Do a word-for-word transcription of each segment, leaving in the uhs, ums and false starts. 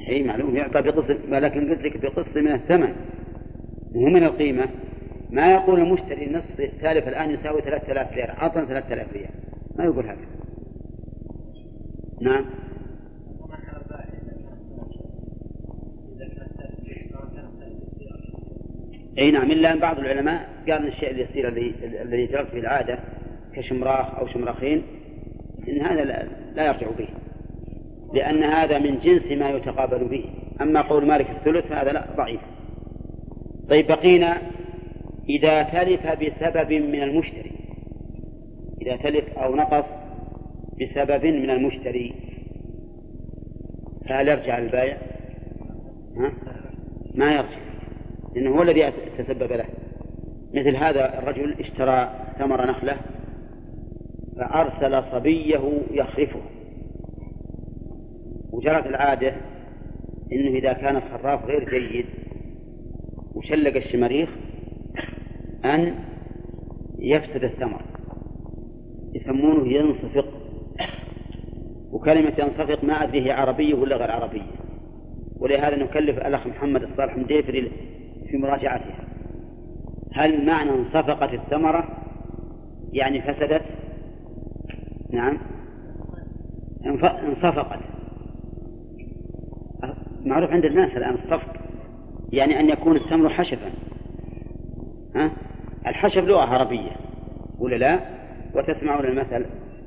أي معلوم يعطى بقسط، ولكن قلت لك بقسط من الثمن وهو من القيمة. ما يقول المشتري نصف التالف الآن يساوي ثلاثة آلاف ريال، عطنا ثلاثة آلاف ريال، ما يقول هذا. نعم. أي نعم، إلا أن بعض العلماء قال أن الشيء اليسير الذي الذي جرت به العادة كشمراخ أو شمراخين إن هذا لا يرجع به، لأن هذا من جنس ما يتقابل به. أما قول مالك الثلث فهذا لا، ضعيف. طيب بقينا إذا تلف بسبب من المشتري، إذا تلف أو نقص بسبب من المشتري فهل يرجع البائع؟ ها؟ ما يرجع، لأنه هو الذي تسبب له. مثل هذا الرجل اشترى ثمر نخلة فأرسل صبيه يخرفه، وجرت العادة إنه إذا كان الخراف غير جيد وشلق الشماريخ أن يفسد الثمر، يسمونه ينصفق. وكلمة ينصفق ما أدري هي عربية ولا غير عربية، ولهذا نكلف الأخ محمد الصالح مديفري في مراجعتها. هل معنى انصفقت الثمرة يعني فسدت؟ نعم، انصفقت. معروف عند الناس الآن الصفق يعني أن يكون التمر حشفا. ها؟ الحشف لغة عربية ولا لا؟ وتسمعون المثل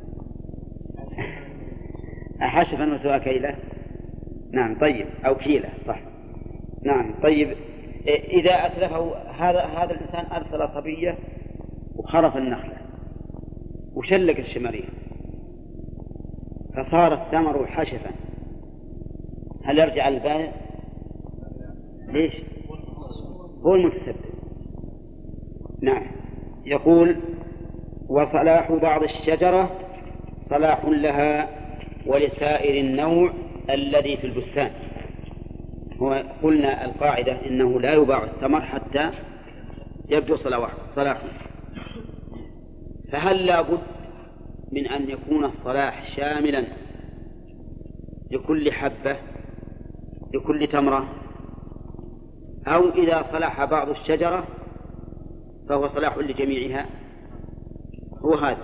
أحشفا وسوى كيلة. نعم طيب، أو كيلة صح. نعم طيب، إذا أتلفه هذا هذا الإنسان أرسل صبية وخرف النخلة وشلك الشماريخ فصار الثمر حشفا، هل يرجع البائع؟ ليش؟ هو المتسبب. نعم. يقول وصلاح بعض الشجرة صلاح لها ولسائر النوع الذي في البستان. هو قلنا القاعدة إنه لا يباع الثمر حتى يبدو صلاحه، فهل لا بد من أن يكون الصلاح شاملا لكل حبة لكل تمرة، أو إذا صلح بعض الشجرة فهو صلاح لجميعها؟ هو هذا،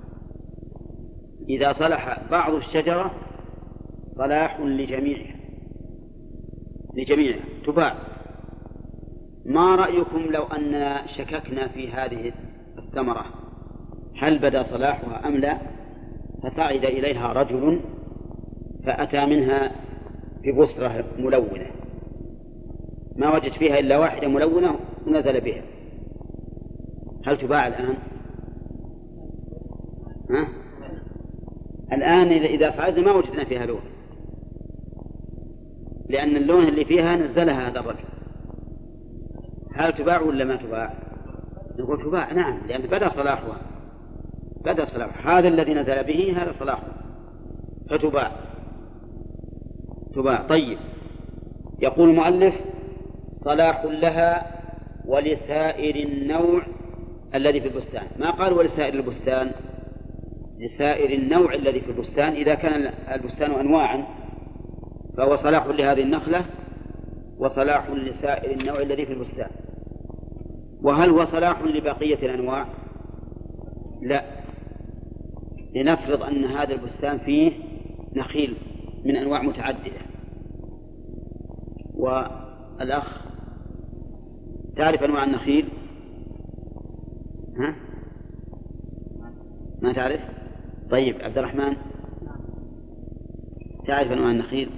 إذا صلح بعض الشجرة صلاح لجميعها لجميعها تباع. ما رأيكم لو أننا شككنا في هذه الثمرة هل بدا صلاحها أم لا، فصعد إليها رجل فأتى منها ببصرة ملونة ما وجد فيها إلا واحدة ملونة ونزل بها، هل تباع الآن؟ ها؟ الآن إذا صعدنا ما وجدنا فيها لون، لأن اللون اللي فيها نزلها هذا الرجل، هل تباع ولا ما تباع؟ نقول تباع. نعم، لأن بدأ صلاحها بدأ صلاحها، هذا الذي نزل به هذا صلاحه فتباع تباع. طيب، يقول المؤلف صلاح لها ولسائر النوع الذي في البستان. ما قال ولسائر البستان، لسائر النوع الذي في البستان. إذا كان البستان أنواعا فهو صلاح لهذه النخلة وصلاح لسائر النوع الذي في البستان. وهل هو صلاح لبقية الأنواع؟ لا. لنفرض أن هذا البستان فيه نخيل من أنواع متعددة، والأخ تعرف أنواع النخيل؟ ها؟ ما تعرف؟ طيب عبد الرحمن تعرف أنواع النخيل؟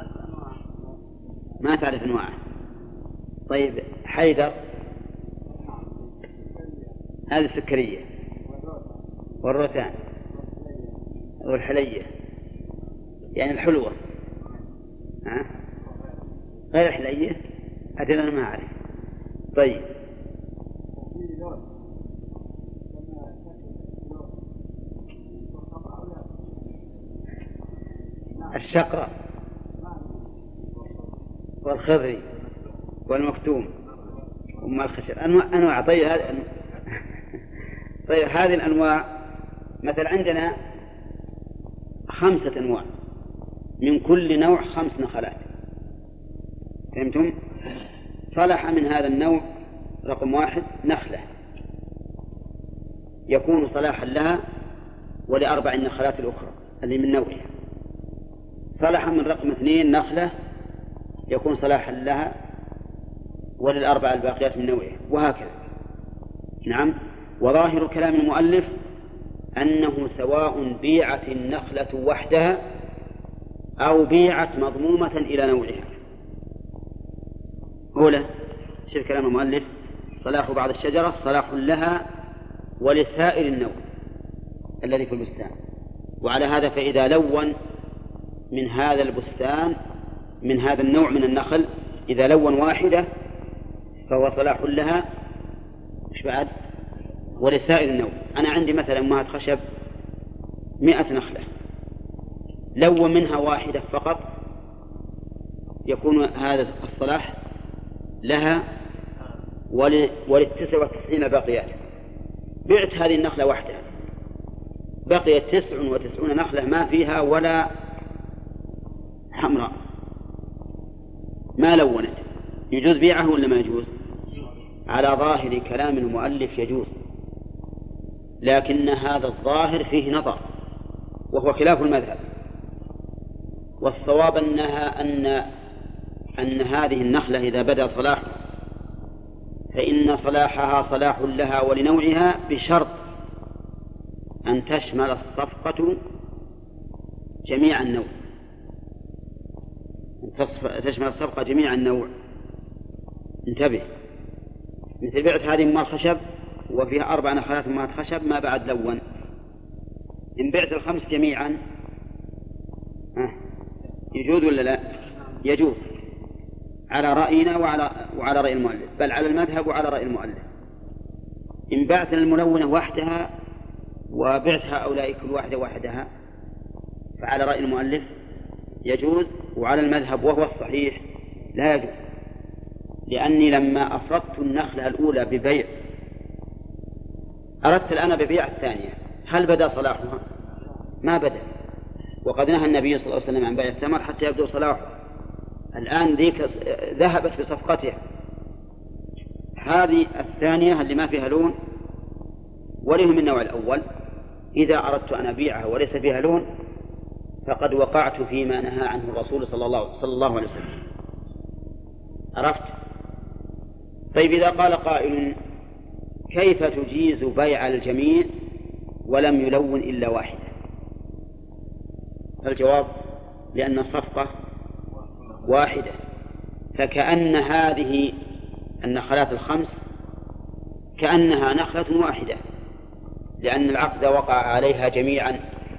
ما تعرف أنواعه. طيب حيدر؟ هذه السكرية والروثان والحلية يعني الحلوة. ها؟ غير الحلية أدري أنا ما أعرف. طيب الشقرة والخضري والمكتوم وما الخشب أنواع, أنواع. طيب هذه طيب هذه الأنواع مثل عندنا خمسة أنواع، من كل نوع خمس نخلات، فهمتم؟ صلح من هذا النوع رقم واحد نخلة يكون صلاحا لها ولأربع النخلات الأخرى اللي من نوعها. صلح من رقم اثنين نخلة يكون صلاحا لها وللأربع الباقيات من نوعها، وهكذا. نعم. وظاهر كلام المؤلف أنه سواء بيعت النخلة وحدها أو بيعت مضمومة إلى نوعها. أولا شوف كلام المؤلف: صلاح بعض الشجرة صلاح لها ولسائر النوع الذي في البستان. وعلى هذا فإذا لون من هذا البستان من هذا النوع من النخل إذا لون واحدة فهو صلاح لها مش بعد ولسائر النوع. أنا عندي مثلا أمهات خشب مئة نخلة، لون منها واحدة فقط يكون هذا الصلاح لها وللتسع وتسعين باقيات. بعت هذه النخلة واحدة بقيت تسع وتسعون نخلة ما فيها ولا حمراء ما لونت، يجوز بيعه ولا ما يجوز؟ على ظاهر كلام المؤلف يجوز، لكن هذا الظاهر فيه نظر وهو خلاف المذهب. والصواب أنها أن أن هذه النخلة إذا بدأ صلاحها فإن صلاحها صلاح لها ولنوعها بشرط أن تشمل الصفقة جميع النوع، تشمل الصفقة جميع النوع. انتبه، مثل بعت هذه أمهات خشب وفيها أربع نخلات أمهات خشب ما بعد لون، إن بعت الخمس جميعا يجوز ولا لا؟ يجوز على رأينا وعلى, وعلى رأي المؤلف، بل على المذهب وعلى رأي المؤلف. إن بعت الملونة وحدها وبعت هؤلاء كل واحدة وحدها فعلى رأي المؤلف يجوز، وعلى المذهب وهو الصحيح لا يجوز، لأني لما أفردت النخلة الأولى ببيع أردت الآن ببيع الثانية، هل بدأ صلاحها؟ ما بدأ، وقد نهى النبي صلى الله عليه وسلم عن بيع الثمر حتى يبدو صلاحه. الآن ذيك ذهبت بصفقتها. هذه الثانية اللي ما فيها لون وله من النوع الأول، إذا أردت أن أبيعها وليس فيها لون فقد وقعت فيما نهى عنه الرسول صلى الله, صلى الله عليه وسلم. عرفت؟ طيب إذا قال قائل: كيف تجيز بيع الجميع ولم يلون إلا واحدة؟ الجواب: لأن الصفقة واحدة، فكأن هذه النخلات الخمس كأنها نخلة واحدة، لأن العقد وقع عليها جميعا.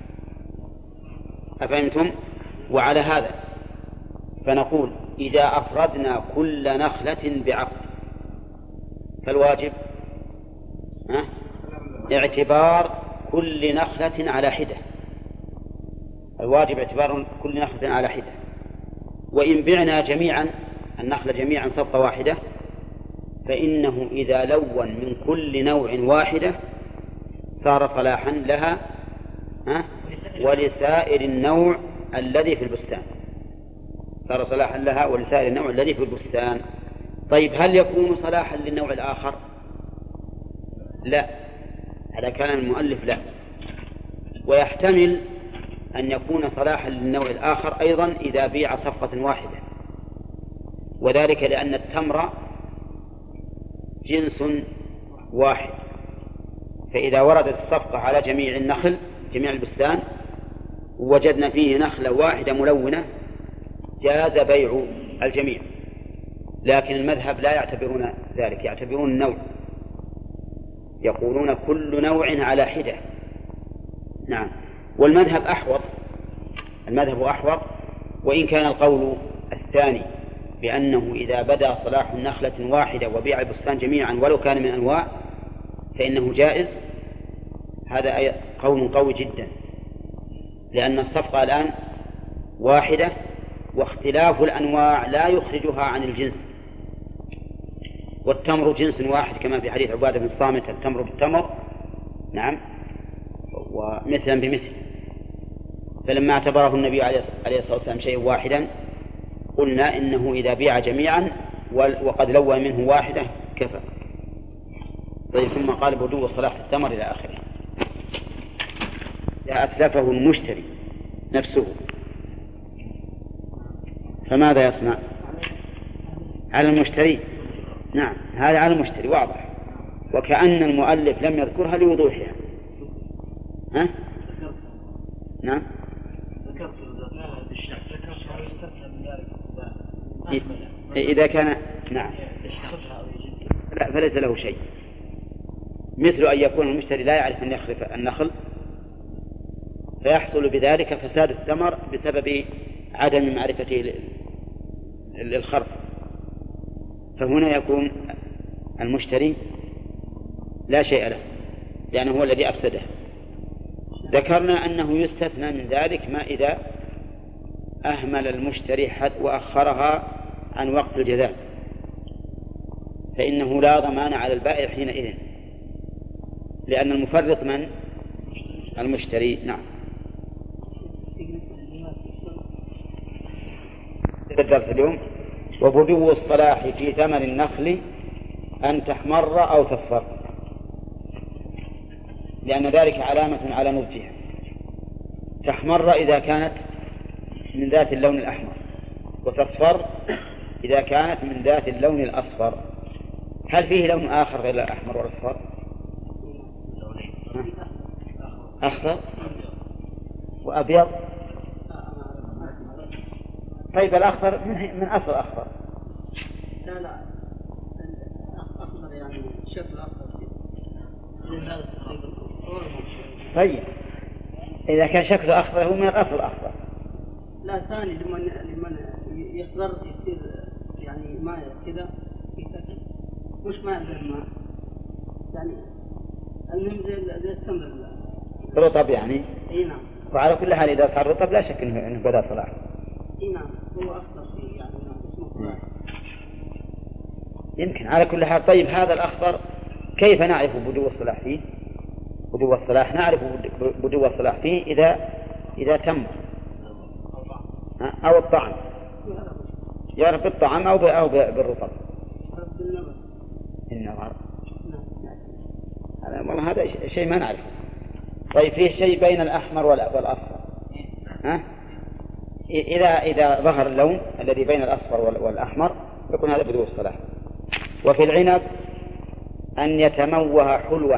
أفهمتم؟ وعلى هذا فنقول: إذا أفردنا كل نخلة بعقد فالواجب أه؟ اعتبار كل نخلة على حدة، الواجب اعتبار كل نخلة على حدة. وإن بعنا جميعا النخلة جميعا صفقة واحدة فإنه إذا لون من كل نوع واحدة صار صلاحا لها أه؟ ولسائر النوع الذي في البستان، صار صلاحا لها ولسائر النوع الذي في البستان. طيب هل يكون صلاحا للنوع الآخر؟ لا، على كلام المؤلف لا، ويحتمل أن يكون صلاحا للنوع الآخر أيضا إذا بيع صفقة واحدة، وذلك لأن التمر جنس واحد، فإذا وردت الصفقة على جميع النخل جميع البستان ووجدنا فيه نخلة واحدة ملونة جاز بيع الجميع، لكن المذهب لا يعتبرون ذلك، يعتبرون النوع، يقولون كل نوع على حدة. نعم. والمذهب أحوط، المذهب أحوط، وإن كان القول الثاني بأنه إذا بدأ صلاح نخلة واحدة وبيع البستان جميعا ولو كان من أنواع فإنه جائز، هذا قول قوي جدا، لأن الصفقة الآن واحدة واختلاف الأنواع لا يخرجها عن الجنس، والتمر جنس واحد كما في حديث عبادة بن الصامت: التمر بالتمر نعم ومثلا بمثل. فلما اعتبره النبي عليه الصلاة والسلام شيئا واحدا قلنا إنه إذا بيع جميعا وقد لوى منه واحدة كفى. طيب ثم قال بدو صلاح الثمر إلى آخره. إذا أتلفه المشتري نفسه فماذا يصنع؟ على المشتري. نعم هذا على المشتري واضح، وكأن المؤلف لم يذكرها لوضوحها. ها؟ نعم إذا كان نعم لا فليس له شيء، مثل أن يكون المشتري لا يعرف أن يخلف النخل فيحصل بذلك فساد الثمر بسبب عدم معرفته للخرف، فهنا يكون المشتري لا شيء له لأنه هو الذي أفسده. ذكرنا أنه يستثنى من ذلك ما إذا أهمل المشتري حتى وأخرها عن وقت الجزاء، فإنه لا ضمان على البائع حينئذ، لأن المفرط من؟ المشتري. نعم هذا الدرس اليوم. وبدو الصلاح في ثمر النخل أن تحمر أو تصفر، لأن ذلك علامة على نضجها. تحمر إذا كانت من ذات اللون الأحمر، وتصفر إذا كانت من ذات اللون الأصفر. هل فيه لون آخر غير الأحمر والأصفر؟ أخضر وأبيض. طيب الأخضر من, من أصل أخضر؟ لا لا أخضر يعني شكل أخضر. طيب إذا كان شكله أخضر هو من الأصل أخضر. لا ثاني لمن لمن يخضر يصير يعني ماء كذا مش ماء غير ماء، يعني المهم زي التمر رطب يعني. اي نعم. وعلى كل حال إذا صار رطب لا شك إنه إنه بدا صلاح. اي نعم هو أخضر فيه يعني اسمه خضار. يمكن على كل حال. طيب هذا الأخضر كيف نعرف بدو الصلاح فيه؟ بدو الصلاح نعرف بدو الصلاح فيه إذا إذا تم أو الطعم، يعرف بالطعم أو أو بالرطب. النظر هذا والله هذا شيء ما نعرفه. طيب فيه شيء بين الأحمر والأصفر. ها؟ إذا إذا ظهر اللون الذي بين الأصفر والأحمر يكون هذا بدو الصلاح. وفي العنب أن يتموه حلوا.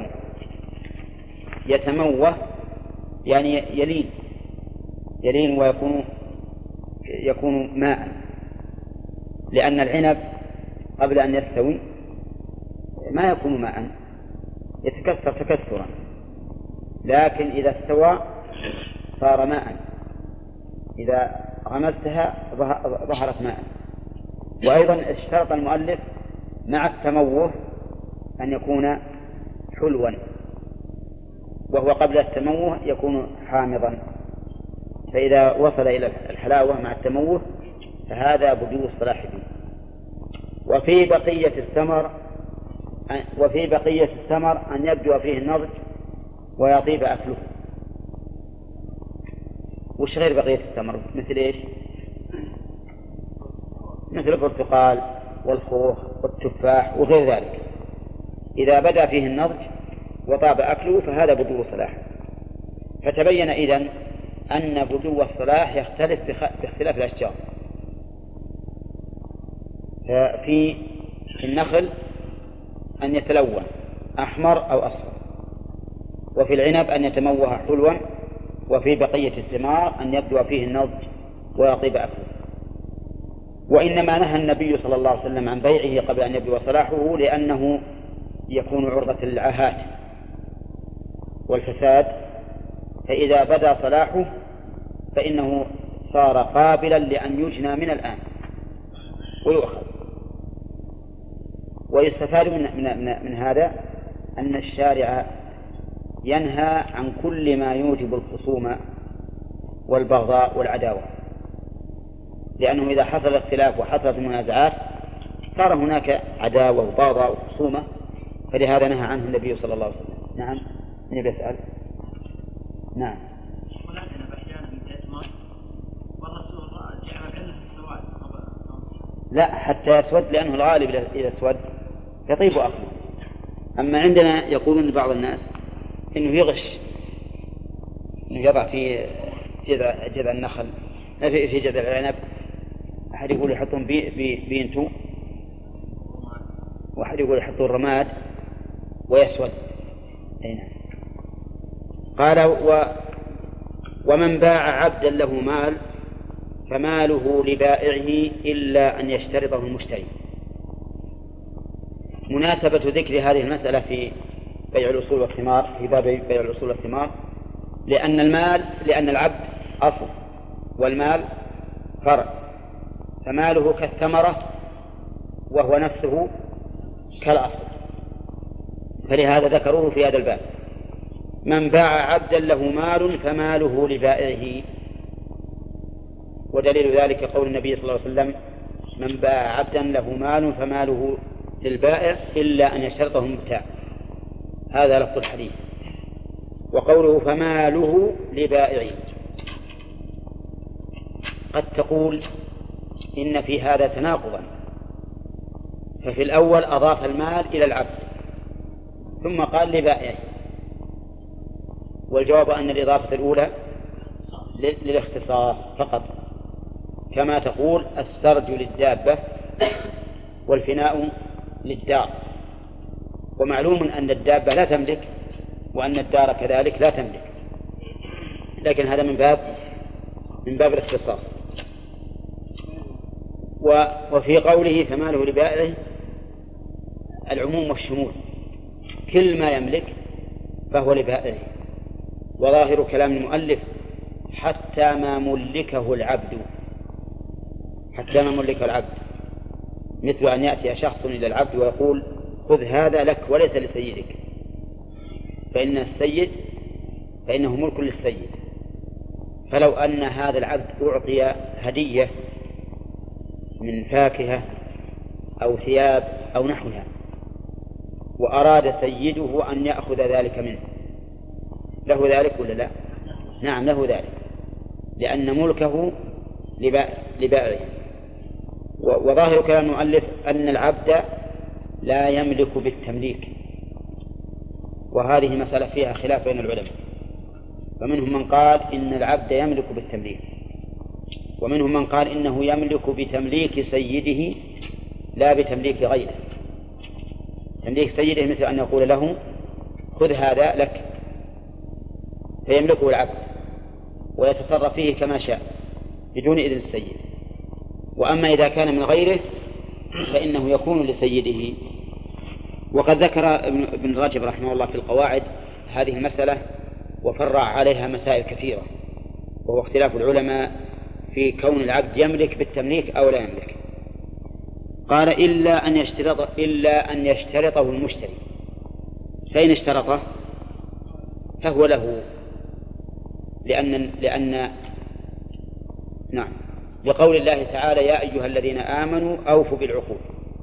يتموه يعني يلين يلين ويكون يكون ماء، لأن العنب قبل أن يستوي ما يكون ماء، يتكسر تكسرا، لكن إذا استوى صار ماء. إذا غمستها ظهرت ماء. وأيضا اشترط المؤلف مع التموه أن يكون حلوا، وهو قبل التموه يكون حامضا، فإذا وصل إلى الحلاوة مع التموه فهذا بدو الصلاح فيه. وفي بقية الثمر وفي بقية الثمر أن يبدو فيه النضج ويطيب أكله. وش غير بقية الثمر؟ مثل إيش؟ مثل البرتقال والخوخ والتفاح وغير ذلك. إذا بدأ فيه النضج وطاب أكله فهذا بدو الصلاح. فتبين إذن أن بدو الصلاح يختلف باختلاف الأشجار. في النخل أن يتلون أحمر أو أصفر، وفي العنب أن يتموه حلوا، وفي بقية الثمار أن يبدو فيه النضج ويطيب أكله. وإنما نهى النبي صلى الله عليه وسلم عن بيعه قبل أن يبدو صلاحه لأنه يكون عرضة للعاهات والفساد، فإذا بدا صلاحه فإنه صار قابلا لأن يجنى من الآن ويؤخذ. ويستفاد من, من, من, من هذا أن الشارع ينهى عن كل ما يوجب الخصومة والبغضاء والعداوة، لأنه إذا حصل اختلاف وحصلت المنازعات صار هناك عداوة وبغضاء وخصومة، فلهذا نهى عنه النبي صلى الله عليه وسلم. نعم من يسأل؟ نعم. والرسول جعل العلة في السواد لا حتى يسود، لأنه الغالب إذا اسود يطيب أكله. أما عندنا يقولون بعض الناس إنه يغش، إنه يضع في جذع, جذع النخل في, في جذع العنب، أحد يقول يحطون بي بي بينتو، وأحد يقول يحطون رماد ويسود. أين قال و ومن باع عبدا له مال فماله لبائعه إلا أن يشترطه المشتري. مناسبة ذكر هذه المسألة في بيع الأصول والثمار، في باب بيع الأصول والثمار، لأن المال لأن العبد أصل والمال فرع، فماله كالثمرة وهو نفسه كالأصل، فلهذا ذكروه في هذا الباب. من باع عبدا له مال فماله لبائعه، ودليل ذلك قول النبي صلى الله عليه وسلم: من باع عبدا له مال فماله للبائع إلا أن يشترطه المبتاع. هذا لفظ الحديث. وقوله فماله لبائعه، قد تقول إن في هذا تناقضا، ففي الأول أضاف المال إلى العبد ثم قال لبائعه، والجواب أن الإضافة الأولى للاختصاص فقط، كما تقول السرج للدابة والفناء للدار. ومعلوم أن الدابة لا تملك وأن الدار كذلك لا تملك، لكن هذا من باب من باب الاختصاص. وفي قوله فماله لبائعه العموم والشمول، كل ما يملك فهو لبائعه. وظاهر كلام المؤلف حتى ما ملكه العبد، حتى ما ملكه العبد، مثل أن يأتي شخص إلى العبد ويقول: خذ هذا لك وليس لسيدك، فإن السيد فإنه ملك للسيد. فلو أن هذا العبد أعطي هدية من فاكهة أو ثياب أو نحوها، وأراد سيده أن يأخذ ذلك منه، له ذلك ولا لا؟ نعم له ذلك، لأن ملكه لبائعه. وظاهر كلام المؤلف أن العبد لا يملك بالتمليك، وهذه مسألة فيها خلاف بين العلماء، فمنهم من قال إن العبد يملك بالتمليك، ومنهم من قال إنه يملك بتمليك سيده لا بتمليك غيره. تمليك سيده مثل أن يقول له: خذ هذا لك، فيملكه العبد ويتصرف فيه كما شاء بدون إذن السيد. وأما إذا كان من غيره فإنه يكون لسيده. وقد ذكر ابن رجب رحمه الله في القواعد هذه المسألة وفرع عليها مسائل كثيرة، وهو اختلاف العلماء في كون العبد يملك بالتمليك أو لا يملك. قال: إلا أن يشترط إلا أن يشترطه المشتري، فإن اشترطه فهو له، لأن لأن نعم لقول الله تعالى: يا أيها الذين آمنوا أوفوا بالعقود.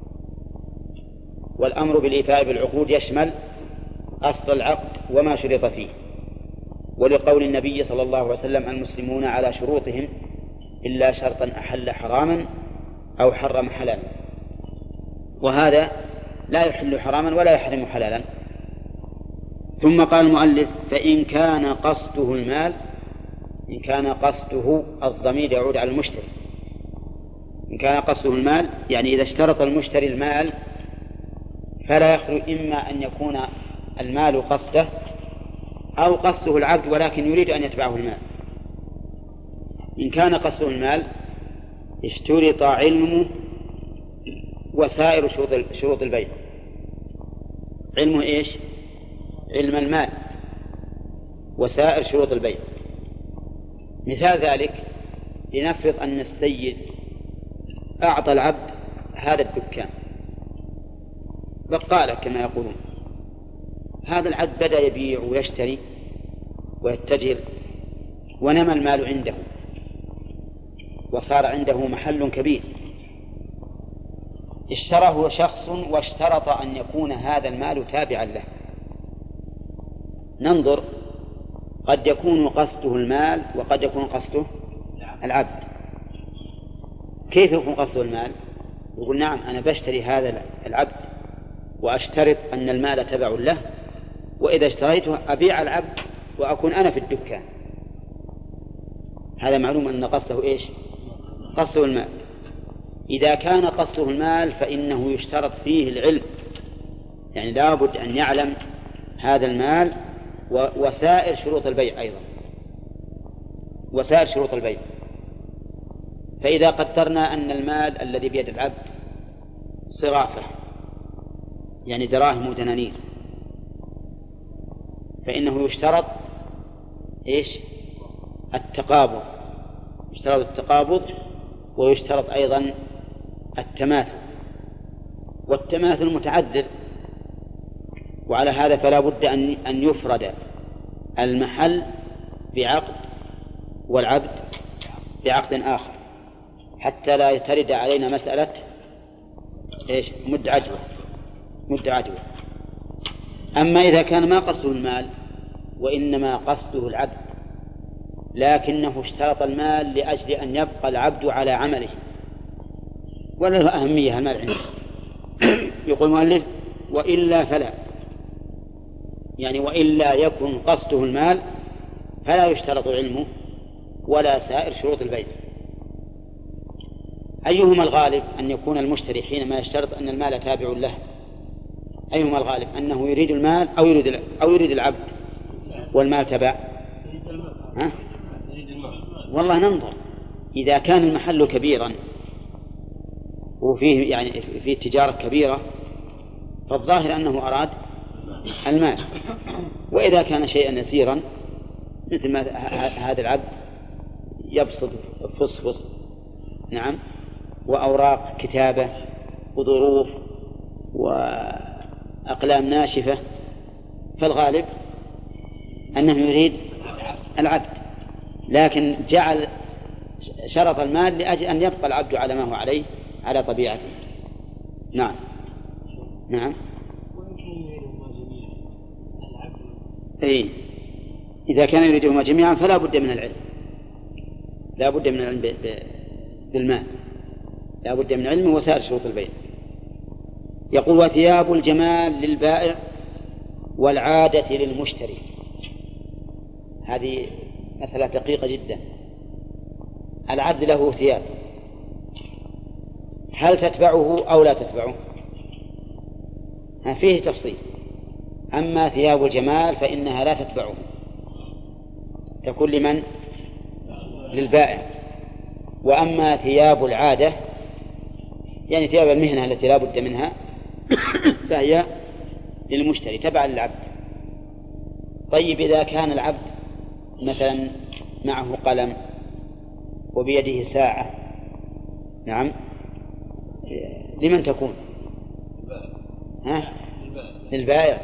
والأمر بالإيفاء بالعقود يشمل أصل العقد وما شرط فيه. ولقول النبي صلى الله عليه وسلم: المسلمون على شروطهم إلا شرطا أحل حراما أو حرم حلالا. وهذا لا يحل حراما ولا يحرم حلالا. ثم قال المؤلف: فإن كان قصده المال، إن كان قصده الضمير يعود على المشتري، إن كان قصده المال يعني إذا اشترط المشتري المال فلا يخلو إما أن يكون المال قصده أو قصده العبد ولكن يريد أن يتبعه المال. إن كان قصده المال اشترط علمه وسائر شروط البيع. علمه إيش؟ علم المال وسائر شروط البيع. مثال ذلك: لنفرض أن السيد أعطى العبد هذا الدكان بقالة كما يقولون، هذا العبد بدأ يبيع ويشتري ويتجر ونمى المال عنده وصار عنده محل كبير، اشتراه شخص واشترط أن يكون هذا المال تابعا له. ننظر، قد يكون قصده المال وقد يكون قصده العبد. كيف يكون قصده المال؟ يقول نعم أنا بشتري هذا العبد وأشترط أن المال تبع له، وإذا اشتريته أبيع العبد وأكون أنا في الدكان. هذا معلوم أن قصده إيش؟ قصده المال. إذا كان قصده المال فإنه يشترط فيه العلم، يعني لا بد أن يعلم هذا المال وسائر شروط البيع أيضا، وسائر شروط البيع. فإذا قدرنا أن المال الذي بيد العبد صرافة، يعني دراهم ودنانير، فإنه يشترط إيش؟ التقابض، يشترط التقابض ويشترط أيضا التماثل، والتماثل متعذر. وعلى هذا فلا بد أن يفرد المحل بعقد والعبد بعقد آخر، حتى لا ترد علينا مسألة إيش؟ مد عجوة مد عجوة. أما إذا كان ما قصده المال وإنما قصده العبد، لكنه اشترط المال لأجل أن يبقى العبد على عمله ولا له أهمية المال عنده، يقول المؤلف وإلا فلا، يعني وإلا يكن قصده المال فلا يشترط علمه ولا سائر شروط البيع. أيهما الغالب؟ أن يكون المشتري حينما يشترط أن المال تابع له، أيهما الغالب؟ أنه يريد المال أو يريد أو يريد العبد والمال تبع؟ ها؟ والله ننظر. إذا كان المحل كبيرا وفيه يعني فيه تجارة كبيرة فالظاهر أنه أراد المال، وإذا كان شيئا يسيرا مثل ما هذا العبد يبسط فصفص نعم وأوراق كتابة وظروف وأقلام ناشفة، فالغالب أنه يريد العبد، لكن جعل شرط المال لأجل أن يبقى العبد على ما هو عليه على طبيعته. نعم نعم إيه. إذا كان يريدهما جميعا فلا بد من العلم، لا بد من العلم بالمال، لا بد من علم وسائر شروط البيع. يقول وثياب الجمال للبائع والعادة للمشتري. هذه مسألة دقيقة جدا. العبد له ثياب، هل تتبعه أو لا تتبعه؟ فيه تفصيل. أما ثياب الجمال فإنها لا تتبعه، تكون لمن؟ للبائع. وأما ثياب العادة يعني ثياب المهنة التي لا بد منها فهي للمشتري تبع للعبد. طيب إذا كان العبد مثلا معه قلم وبيده ساعة، نعم، لمن تكون؟ ها؟ للبائع.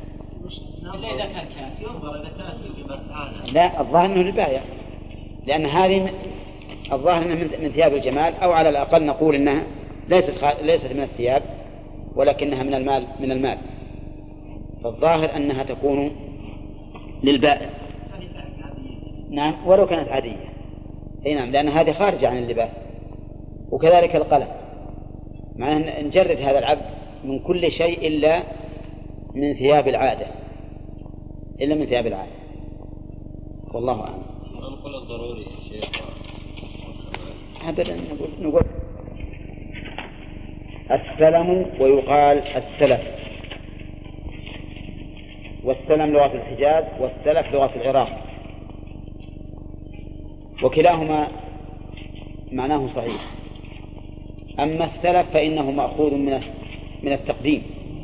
لا، الظاهر أنه للبائع، لأن هذه الظاهر أنها من ثياب الجمال، أو على الأقل نقول أنها ليست ليست من الثياب ولكنها من المال من المال فالظاهر أنها تكون للبائع. نعم، ولو كانت عادية. أي نعم، لأن هذه خارجة عن اللباس. وكذلك القلم، معناه نجرد هذا العبد من كل شيء إلا من ثياب العادة، إلا من ثياب العادة. والله أعلم. نقول الضروري يا شيخ. أبدا نقول نقول السلم ويقال السلف، والسلم لغة الحجاز والسلف لغة العراق، وكلاهما معناه صحيح. أما السلف فإنه مأخوذ من من التقديم،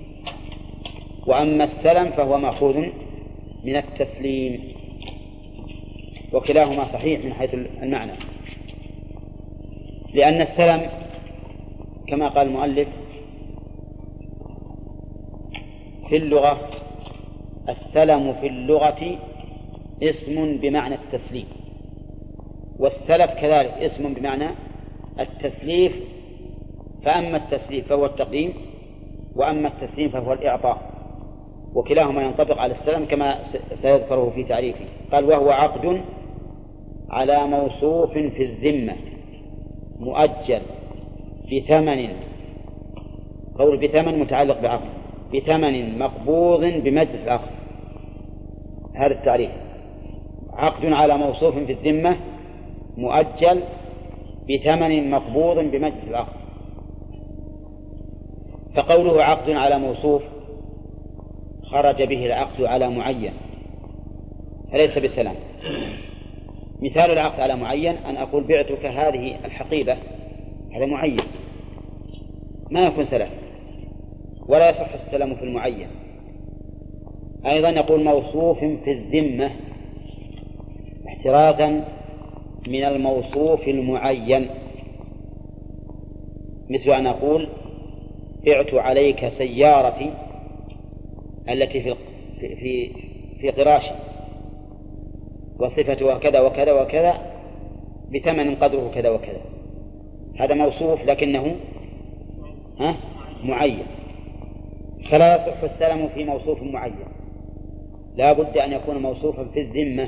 وأما السلم فهو مأخوذ من التسليم، وكلاهما صحيح من حيث المعنى، لأن السلم كما قال المؤلف في اللغة، السلم في اللغة اسم بمعنى التسليم، والسلف كذلك اسم بمعنى التسليف. فأما التسليف فهو التقديم، وأما التسليم فهو الإعطاء، وكلاهما ينطبق على السلم كما سيذكره في تعريفه. قال وهو عقد على موصوف في الذمة مؤجل بثمن قول بثمن متعلق بعقد، بثمن مقبوض بمجلس العقد، هذا التعريف. عقد على موصوف في الذمة مؤجل بثمن مقبوض بمجلس العقد. فقوله عقد على موصوف خرج به العقد على معين، فليس بسلام. مثال العقد على معين أن أقول بعتك هذه الحقيبة، هذا معين ما يكون سلام، ولا يصح السلام في المعين. أيضا يقول موصوف في الذمة احترازا من الموصوف المعين، مثل أن أقول بعت عليك سيارتي التي في في في قراشي وصفتها كذا وكذا وكذا بثمن قدره كذا وكذا، هذا موصوف لكنه ها معين، فلا يصح السلام في موصوف معين، لا بد أن يكون موصوفا في الذمة.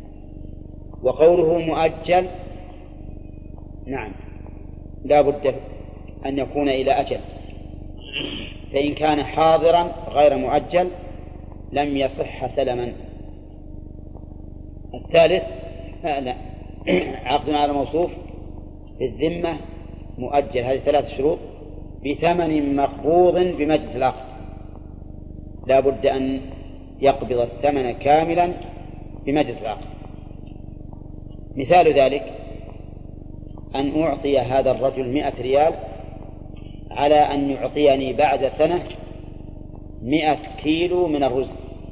وقوله مؤجل نعم لا بد أن يكون إلى أجل، فإن كان حاضرا غير مؤجل لم يصح سلما. الثالث لا عقد على موصوف في الذمة مؤجل، هذه ثلاث شروط، بثمن مقبوض بمجلس العقد، لا بد أن يقبض الثمن كاملا بمجلس العقد. مثال ذلك أن أعطي هذا الرجل مئة ريال على أن يعطيني بعد سنة مئة كيلو من الرز.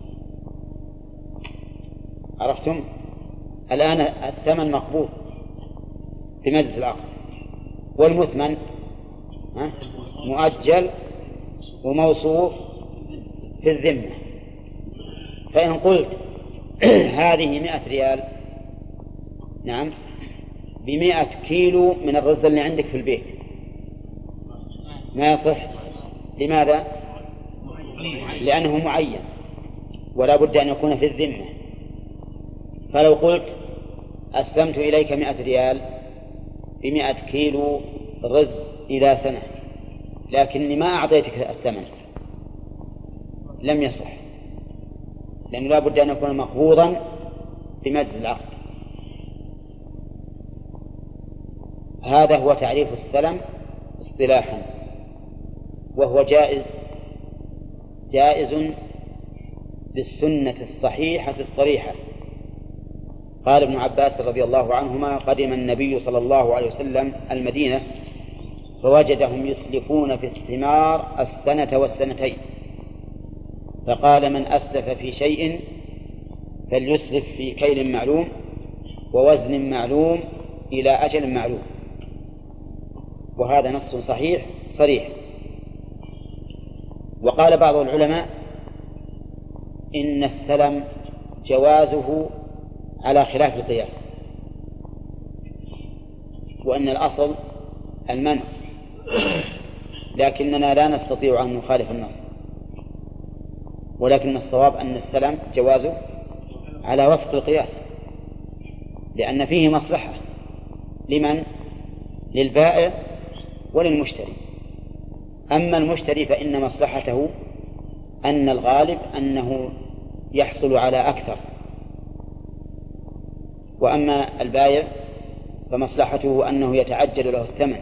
عرفتم؟ الآن الثمن مقبوض بمجلس العقد، والمثمن مؤجل وموصوف في الذمة. فإن قلت هذه مئة ريال نعم بمئة كيلو من الرز اللي عندك في البيت ما يصح. لماذا؟ لأنه معين ولا بد أن يكون في الذمة. فلو قلت أسلمت إليك مئة ريال بمئة كيلو رز إلى سنة لكني ما أعطيتك الثمن لم يصح، لأنه لا بد أن يكون مقبوضا بمجلس العقد. هذا هو تعريف السلم اصطلاحا، وهو جائز جائز بالسنة الصحيحة الصريحة. قال ابن عباس رضي الله عنهما قدم النبي صلى الله عليه وسلم المدينة فوجدهم يسلفون في الثمار السنة والسنتين، فقال من أسلف في شيء فليسلف في كيل معلوم ووزن معلوم إلى أجل معلوم. وهذا نص صحيح صريح. وقال بعض العلماء إن السلم جوازه على خلاف القياس، وأن الأصل المنع، لكننا لا نستطيع أن نخالف النص، ولكن الصواب أن السلم جوازه على وفق القياس، لأن فيه مصلحة لمن؟ للبائع وللمشتري. أما المشتري فإن مصلحته أن الغالب أنه يحصل على أكثر، وأما البائع فمصلحته أنه يتعجل له الثمن.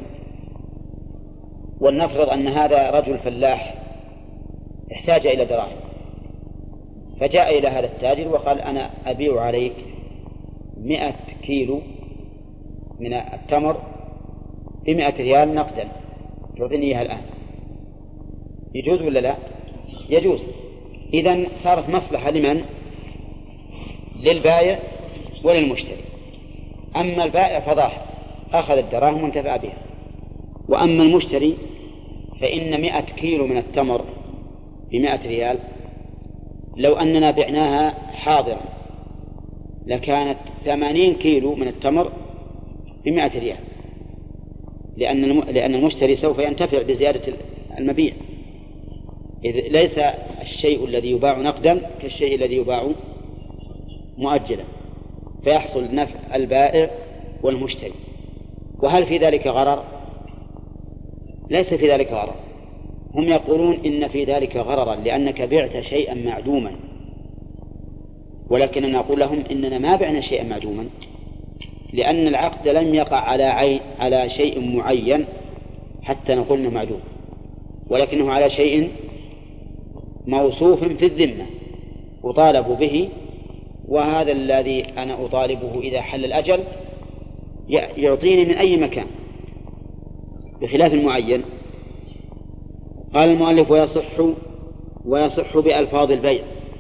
ولنفرض أن هذا رجل فلاح احتاج إلى دراهم، فجاء إلى هذا التاجر وقال أنا أبيع عليك مئة كيلو من التمر بمئة ريال نقدا، تعطيني إياها الآن. يجوز ولا لا؟ يجوز. إذن صارت مصلحة لمن؟ للبائع وللمشتري. أما البائع فضاح أخذ الدراهم وانتفع بها، وأما المشتري فإن مئة كيلو من التمر بمئة ريال لو أننا بعناها حاضرا لكانت ثمانين كيلو من التمر بمئة ريال، لأن لأن المشتري سوف ينتفع بزيادة المبيع، إذ ليس الشيء الذي يباع نقدا كالشيء الذي يباع مؤجلا، فيحصل نفع البائع والمشتري. وهل في ذلك غرر؟ ليس في ذلك غرر، هم يقولون إن في ذلك غررا لأنك بعت شيئا معدوما، ولكننا نقول لهم إننا ما بعنا شيئا معدوما، لأن العقد لم يقع على عين على شيء معين حتى نقول إنه معدوم، ولكنه على شيء موصوف في الذمة أطالب به، وهذا الذي أنا أطالبه إذا حل الأجل يعطيني من أي مكان، بخلاف المعين. قال المؤلف: ويصح ويصح بألفاظ البيع،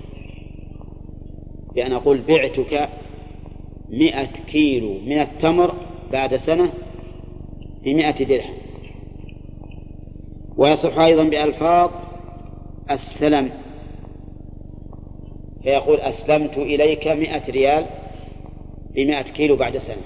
بأن أقول بعتك مئة كيلو من التمر بعد سنة بمئة درهم. ويصح أيضا بألفاظ السلم، فيقول: أسلمت إليك مئة ريال بمئة كيلو بعد سنة.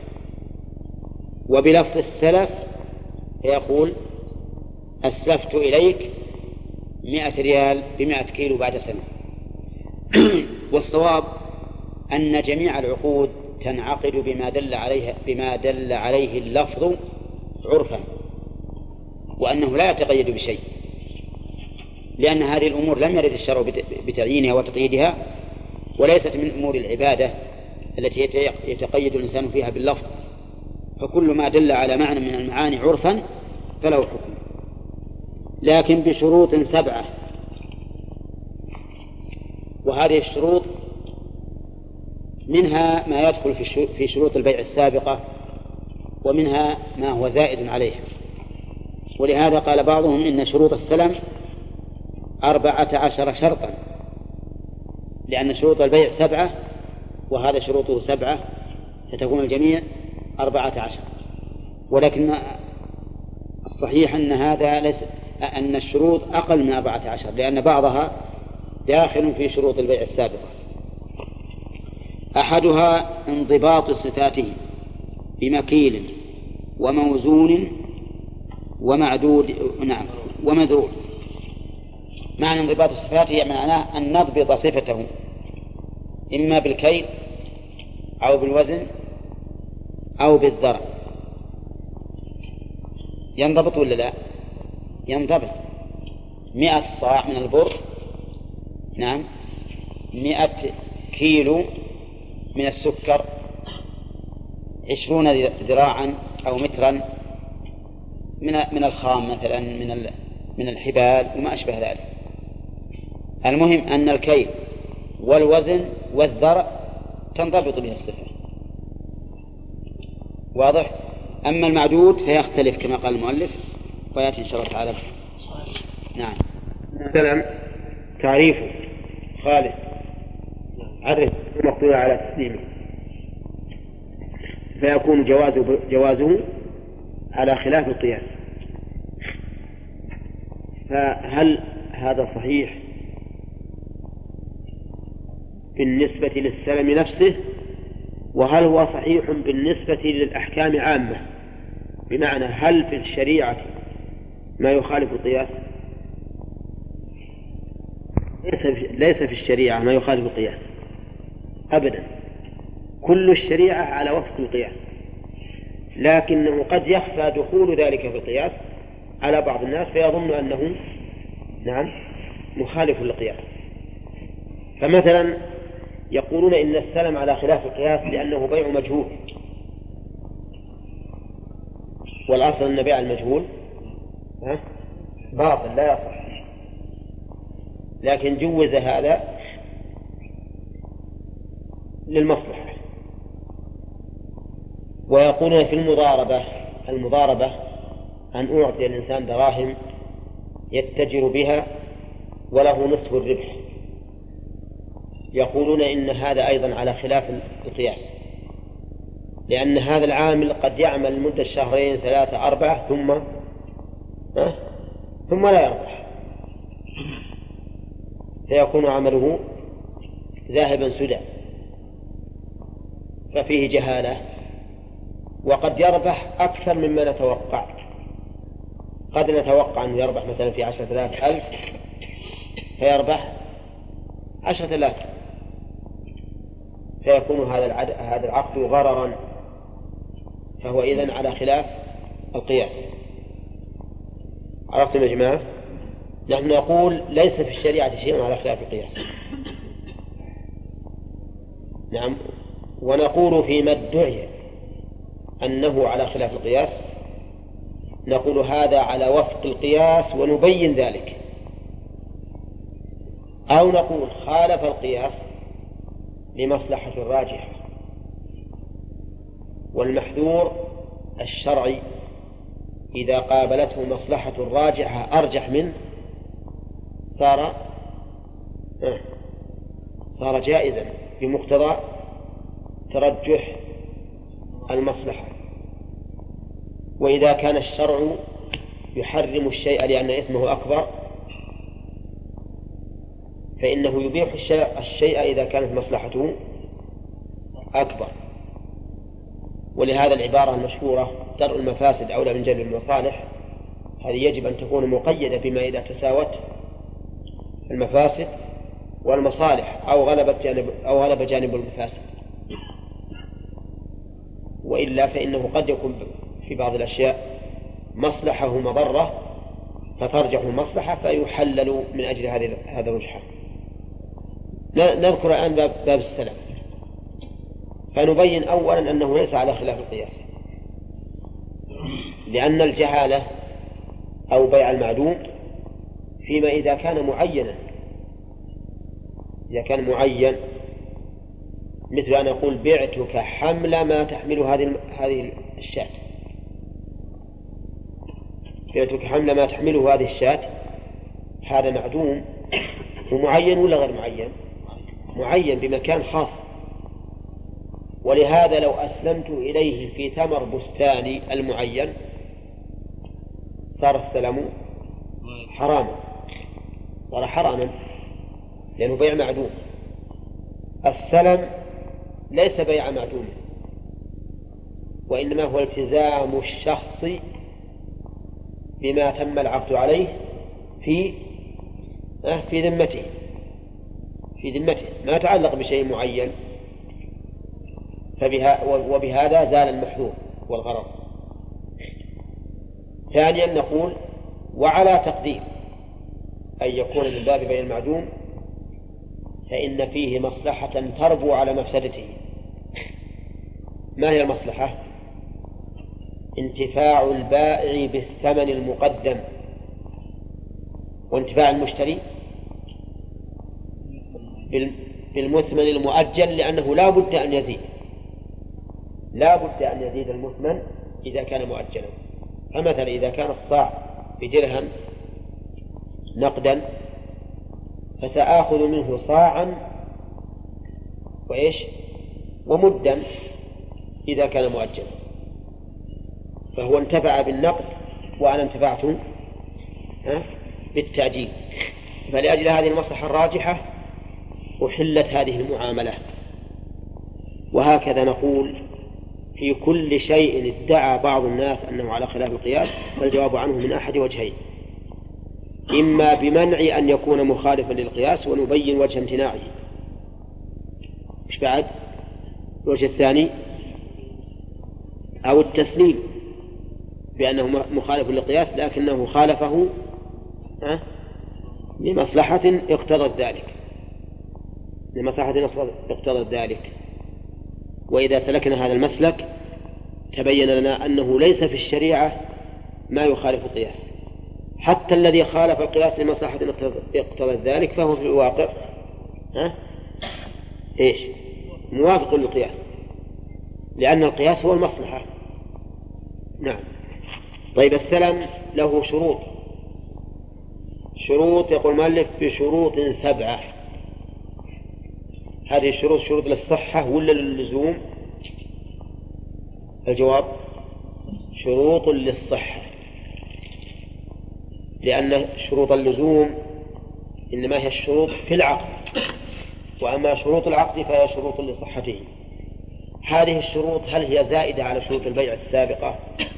وبلفظ السلف فيقول: أسلفت إليك مئة ريال بمئة كيلو بعد سنة. والصواب أن جميع العقود تنعقد بما دل عليه بما دل عليه اللفظ عرفا، وأنه لا يتقيد بشيء، لأن هذه الأمور لم يرد الشرع بتعيينها وتقييدها، وليست من أمور العبادة التي يتقيد الإنسان فيها باللفظ، فكل ما دل على معنى من المعاني عرفا فله حكم، لكن بشروط سبعة. وهذه الشروط منها ما يدخل في شروط البيع السابقة، ومنها ما هو زائد عليها. ولهذا قال بعضهم إن شروط السلم أربعة عشر شرطا، لأن شروط البيع سبعة وهذا شروطه سبعة، فتكون الجميع أربعة عشر. ولكن الصحيح أن هذا ليس، أن الشروط أقل من أربعة عشر، لأن بعضها داخل في شروط البيع السابقة. أحدها انضباط صفاته بمكيل وموزون ومعدود نعم ومذروع. معنى انضباط الصفات هي معناه أن نضبط صفته إما بالكيل أو بالوزن أو بالذرع. ينضبط ولا لا؟ ينضبط. مئة صاع من البر، نعم، مئة كيلو من السكر، عشرون ذراعا أو مترا من من الخام مثلا، من من الحبال وما أشبه ذلك. المهم أن الكيل والوزن والذرع تنضبط به الصفة. واضح؟ أما المعدود فيختلف كما قال المؤلف، ويأتي إن شاء الله تعالى. نعم. سلام تعريفه خالد عرف مقدور على تسليمه، فيكون جوازه, جوازه على خلاف القياس. فهل هذا صحيح بالنسبة للسلم نفسه، وهل هو صحيح بالنسبة للأحكام عامة؟ بمعنى هل في الشريعة ما يخالف القياس؟ ليس في الشريعة ما يخالف القياس أبدا، كل الشريعة على وفق القياس، لكنه قد يخفى دخول ذلك في القياس على بعض الناس فيظن أنه نعم مخالف للقياس. فمثلا يقولون إن السلم على خلاف القياس لأنه بيع مجهول، والأصل أن بيع المجهول باطل لا يصح، لكن جوز هذا للمصلحة. ويقولون في المضاربة المضاربة أن أعطي الإنسان دراهم يتجر بها وله نصف الربح، يقولون إن هذا أيضا على خلاف القياس، لأن هذا العامل قد يعمل لمدة شهرين ثلاثة أربعة ثم أه؟ ثم لا يربح، فيكون عمله ذاهبا سدى، ففيه جهالة. وقد يربح أكثر مما نتوقع، قد نتوقع أنه يربح مثلا في عشرة آلاف ألف فيربح عشرة آلاف، فيكون هذا العد... هذا العقد غررا، فهو إذن على خلاف القياس. عرفتم يا جماعة؟ نحن نقول ليس في الشريعة شيء على خلاف القياس. نعم. ونقول فيما ادعي أنه على خلاف القياس نقول هذا على وفق القياس ونبين ذلك، أو نقول خالف القياس لمصلحة راجحة، والمحذور الشرعي إذا قابلته مصلحة راجحة أرجح منه صار صار جائزا بمقتضى ترجح المصلحة. وإذا كان الشرع يحرم الشيء لأن إثمه أكبر فإنه يبيح الشيء إذا كانت مصلحته أكبر. ولهذا العبارة المشهورة درء المفاسد أولى من جلب المصالح، هذه يجب أن تكون مقيدة بما إذا تساوت المفاسد والمصالح أو غلب جانب أو غلب جانب المفاسد، وإلا فإنه قد يكون في بعض الأشياء مصلحة مضرة فترجح المصلحة فيحلل من أجل هذا الرجحان. نذكر الآن باب, باب السلام، فنبين أولا أنه ليس على خلاف القياس، لأن الجهالة أو بيع المعدوم فيما إذا كان معينا، إذا كان معين مثل أن أقول بعتك حمل ما تحمل هذه هذه الشاة، بعتك حمل ما تحمله هذه الشاة، هذا معدوم ومعين ولا غير معين؟ معين بمكان خاص. ولهذا لو أسلمت إليه في ثمر بستاني المعين صار السلام حراما، صار حراما لأنه بيع معدوم. السلم ليس بيع معدوم، وإنما هو التزام الشخص بما تم العقد عليه في في ذمته في ذمته ما يتعلق بشيء معين، فبها وبهذا زال المحذور والغرض. ثانيا نقول وعلى تقدير أن يكون من باب بيع المعدوم فإن فيه مصلحة تربو على مفسدته. ما هي المصلحة؟ انتفاع البائع بالثمن المقدم، وانتفاع المشتري بالمثمن المؤجل، لأنه لا بد أن يزيد لا بد أن يزيد المثمن إذا كان مؤجلا. فمثلا إذا كان الصاع بدرهم نقدا فسآخذ منه صاعا وإيش ومدا إذا كان مؤجلا، فهو انتفع بالنقد وأنا انتفعت بالتأجيل. فلأجل هذه المصلحة الراجحة أحلت هذه المعاملة. وهكذا نقول في كل شيء ادعى بعض الناس أنه على خلاف القياس فالجواب عنه من أحد وجهين: إما بمنع أن يكون مخالفا للقياس ونبين وجه امتناعه، مش بعد الوجه الثاني، أو التسليم بأنه مخالف للقياس لكنه خالفه لمصلحة اقتضت ذلك لمصلحة اقتضت ذلك. وإذا سلكنا هذا المسلك تبين لنا أنه ليس في الشريعة ما يخالف القياس، حتى الذي خالف القياس لمصلحة اقتضت ذلك فهو في الواقع ها؟ إيش؟ موافق للقياس، لأن القياس هو المصلحة. نعم. طيب السلم له شروط شروط يقول المؤلف بشروط سبعة. هذه الشروط شروط للصحة ولا للزوم؟ الجواب شروط للصحة، لأن شروط اللزوم إنما هي الشروط في العقد، وأما شروط العقد فهي شروط لصحته. هذه الشروط هل هي زائدة على شروط البيع السابقة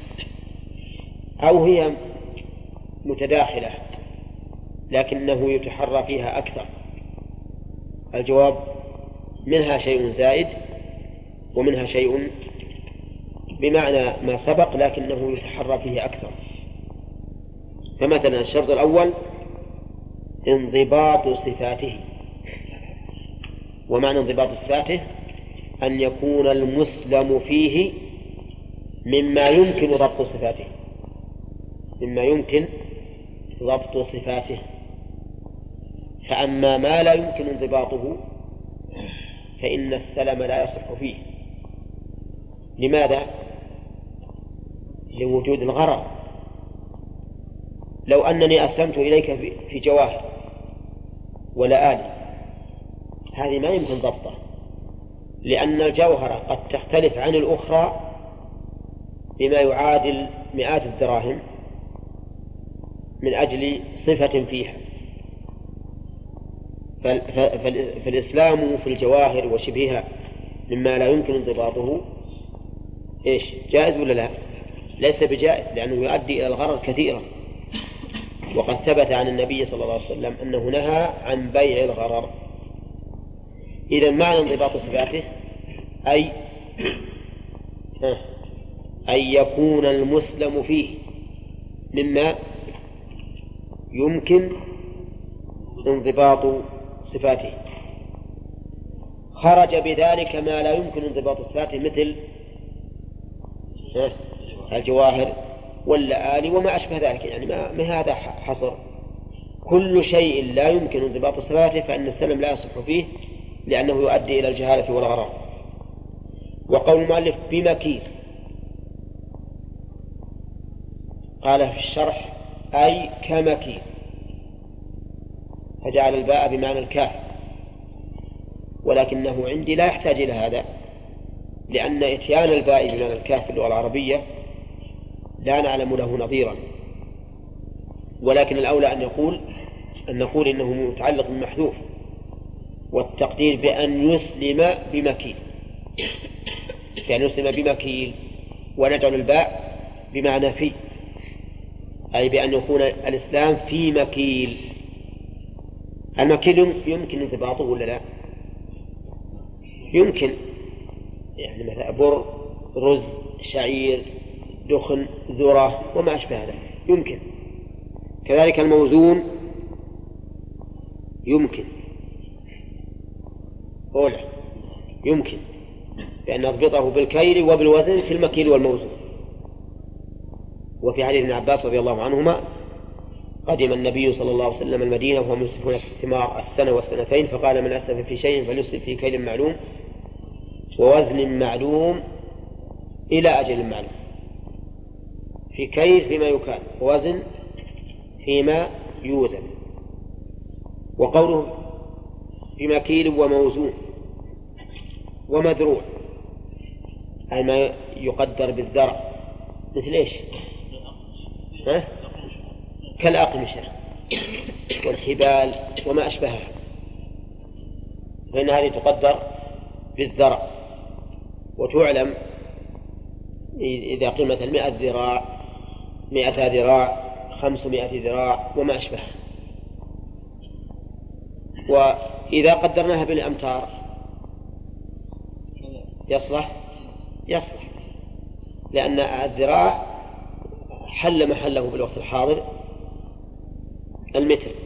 أو هي متداخلة لكنه يتحرى فيها أكثر؟ الجواب منها شيء زائد ومنها شيء بمعنى ما سبق لكنه يتحرى فيه أكثر. فمثلا الشرط الأول انضباط صفاته. ومعنى انضباط صفاته أن يكون المسلم فيه مما يمكن ضبط صفاته مما يمكن ضبط صفاته فأما ما لا يمكن انضباطه فإن السلم لا يصح فيه. لماذا؟ لوجود الغرر. لو أنني أسلمت إليك في جواهر ولآلي هذه ما يمكن ضبطه، لأن الجوهرة قد تختلف عن الأخرى بما يعادل مئات الدراهم من أجل صفة فيها. فالإسلام في الجواهر وشبهها مما لا يمكن انضباطه إيش؟ جائز ولا لا؟ ليس بجائز، لأنه يؤدي إلى الغرر كثيرا، وقد ثبت عن النبي صلى الله عليه وسلم أنه نهى عن بيع الغرر. إذا معنى انضباط صفاته أي أن يكون المسلم فيه مما يمكن انضباط صفاته. خرج بذلك ما لا يمكن انضباط صفاته مثل الجواهر واللآلي وما أشبه ذلك، يعني ما هذا حصر. كل شيء لا يمكن انضباط صفاته فإن السلم لا يصح فيه، لأنه يؤدي إلى الجهالة والغرر. وقول المؤلف بمكيل قال في الشرح أي كمكيل، فجعل الباء بمعنى الكاف، ولكنه عندي لا يحتاج إلى هذا، لأن إتيان الباء بمعنى الكاف في اللغة العربية لا نعلم له نظيرا. ولكن الأولى أن يقول أن نقول إنه متعلق بمحذوف، والتقدير بأن يسلم بمكيل، بأن يسلم بمكيل، ونجعل الباء بمعنى في، أي بأن يكون الإسلام في مكيل. المكيل يمكن انضباطه ولا لا؟ يمكن، يعني مثلا بر، رز، شعير، دخن، ذرة وما أشبه هذا يمكن. كذلك الموزون يمكن أولا يمكن بأن نضبطه بالكيل وبالوزن في المكيل والموزون. وفي حديث ابن عباس رضي الله عنهما قدم النبي صلى الله عليه وسلم المدينة وهم يسلفون الثمار السنة والسنتين، فقال من أسلف في شيء فليسلف في كيل معلوم ووزن معلوم إلى أجل معلوم. في كيل فيما يكال، ووزن فيما يوزن. وقوله بمكيل وموزون ومذروع أي ما يقدر بالذرع، مثل إيش؟ ها؟ كالأقمشة والحبال وما أشبهها، فإن هذه تقدر بالذرع. وتعلم إذا قيمة المئة ذراع، مئة ذراع، خمسمائة ذراع وما أشبهها. وإذا قدرناها بالأمتار يصلح يصلح لأن الذراع حل محله بالوقت الحاضر المتر.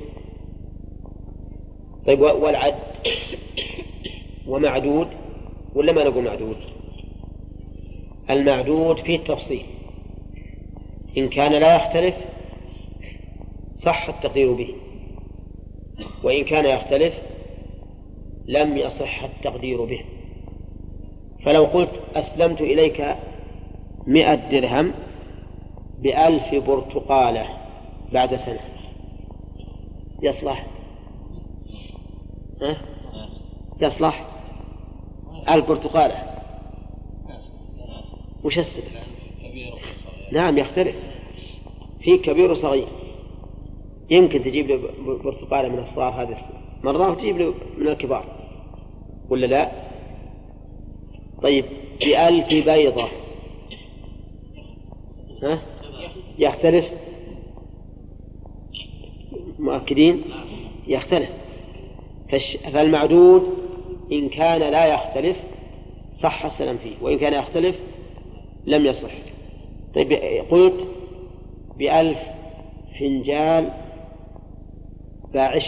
طيب والعد ومعدود ولا ما نقول معدود؟ المعدود فيه التفصيل، إن كان لا يختلف صح التقدير به، وإن كان يختلف لم يصح التقدير به. فلو قلت أسلمت إليك مئة درهم بألف برتقالة بعد سنة يصلح؟ أه؟ يصلح ألف برتقالة؟ وش السبب؟ نعم يختلف، في كبير وصغير. يمكن تجيب له برتقالة من الصغار هذا مرة وتجيب له من الكبار ولا لا؟ طيب بألف بيضة ها؟ يختلف؟ مؤكدين يختلف. فالمعدود إن كان لا يختلف صح السلام فيه، وإن كان يختلف لم يصح. طيب قلت بألف فنجال باعش.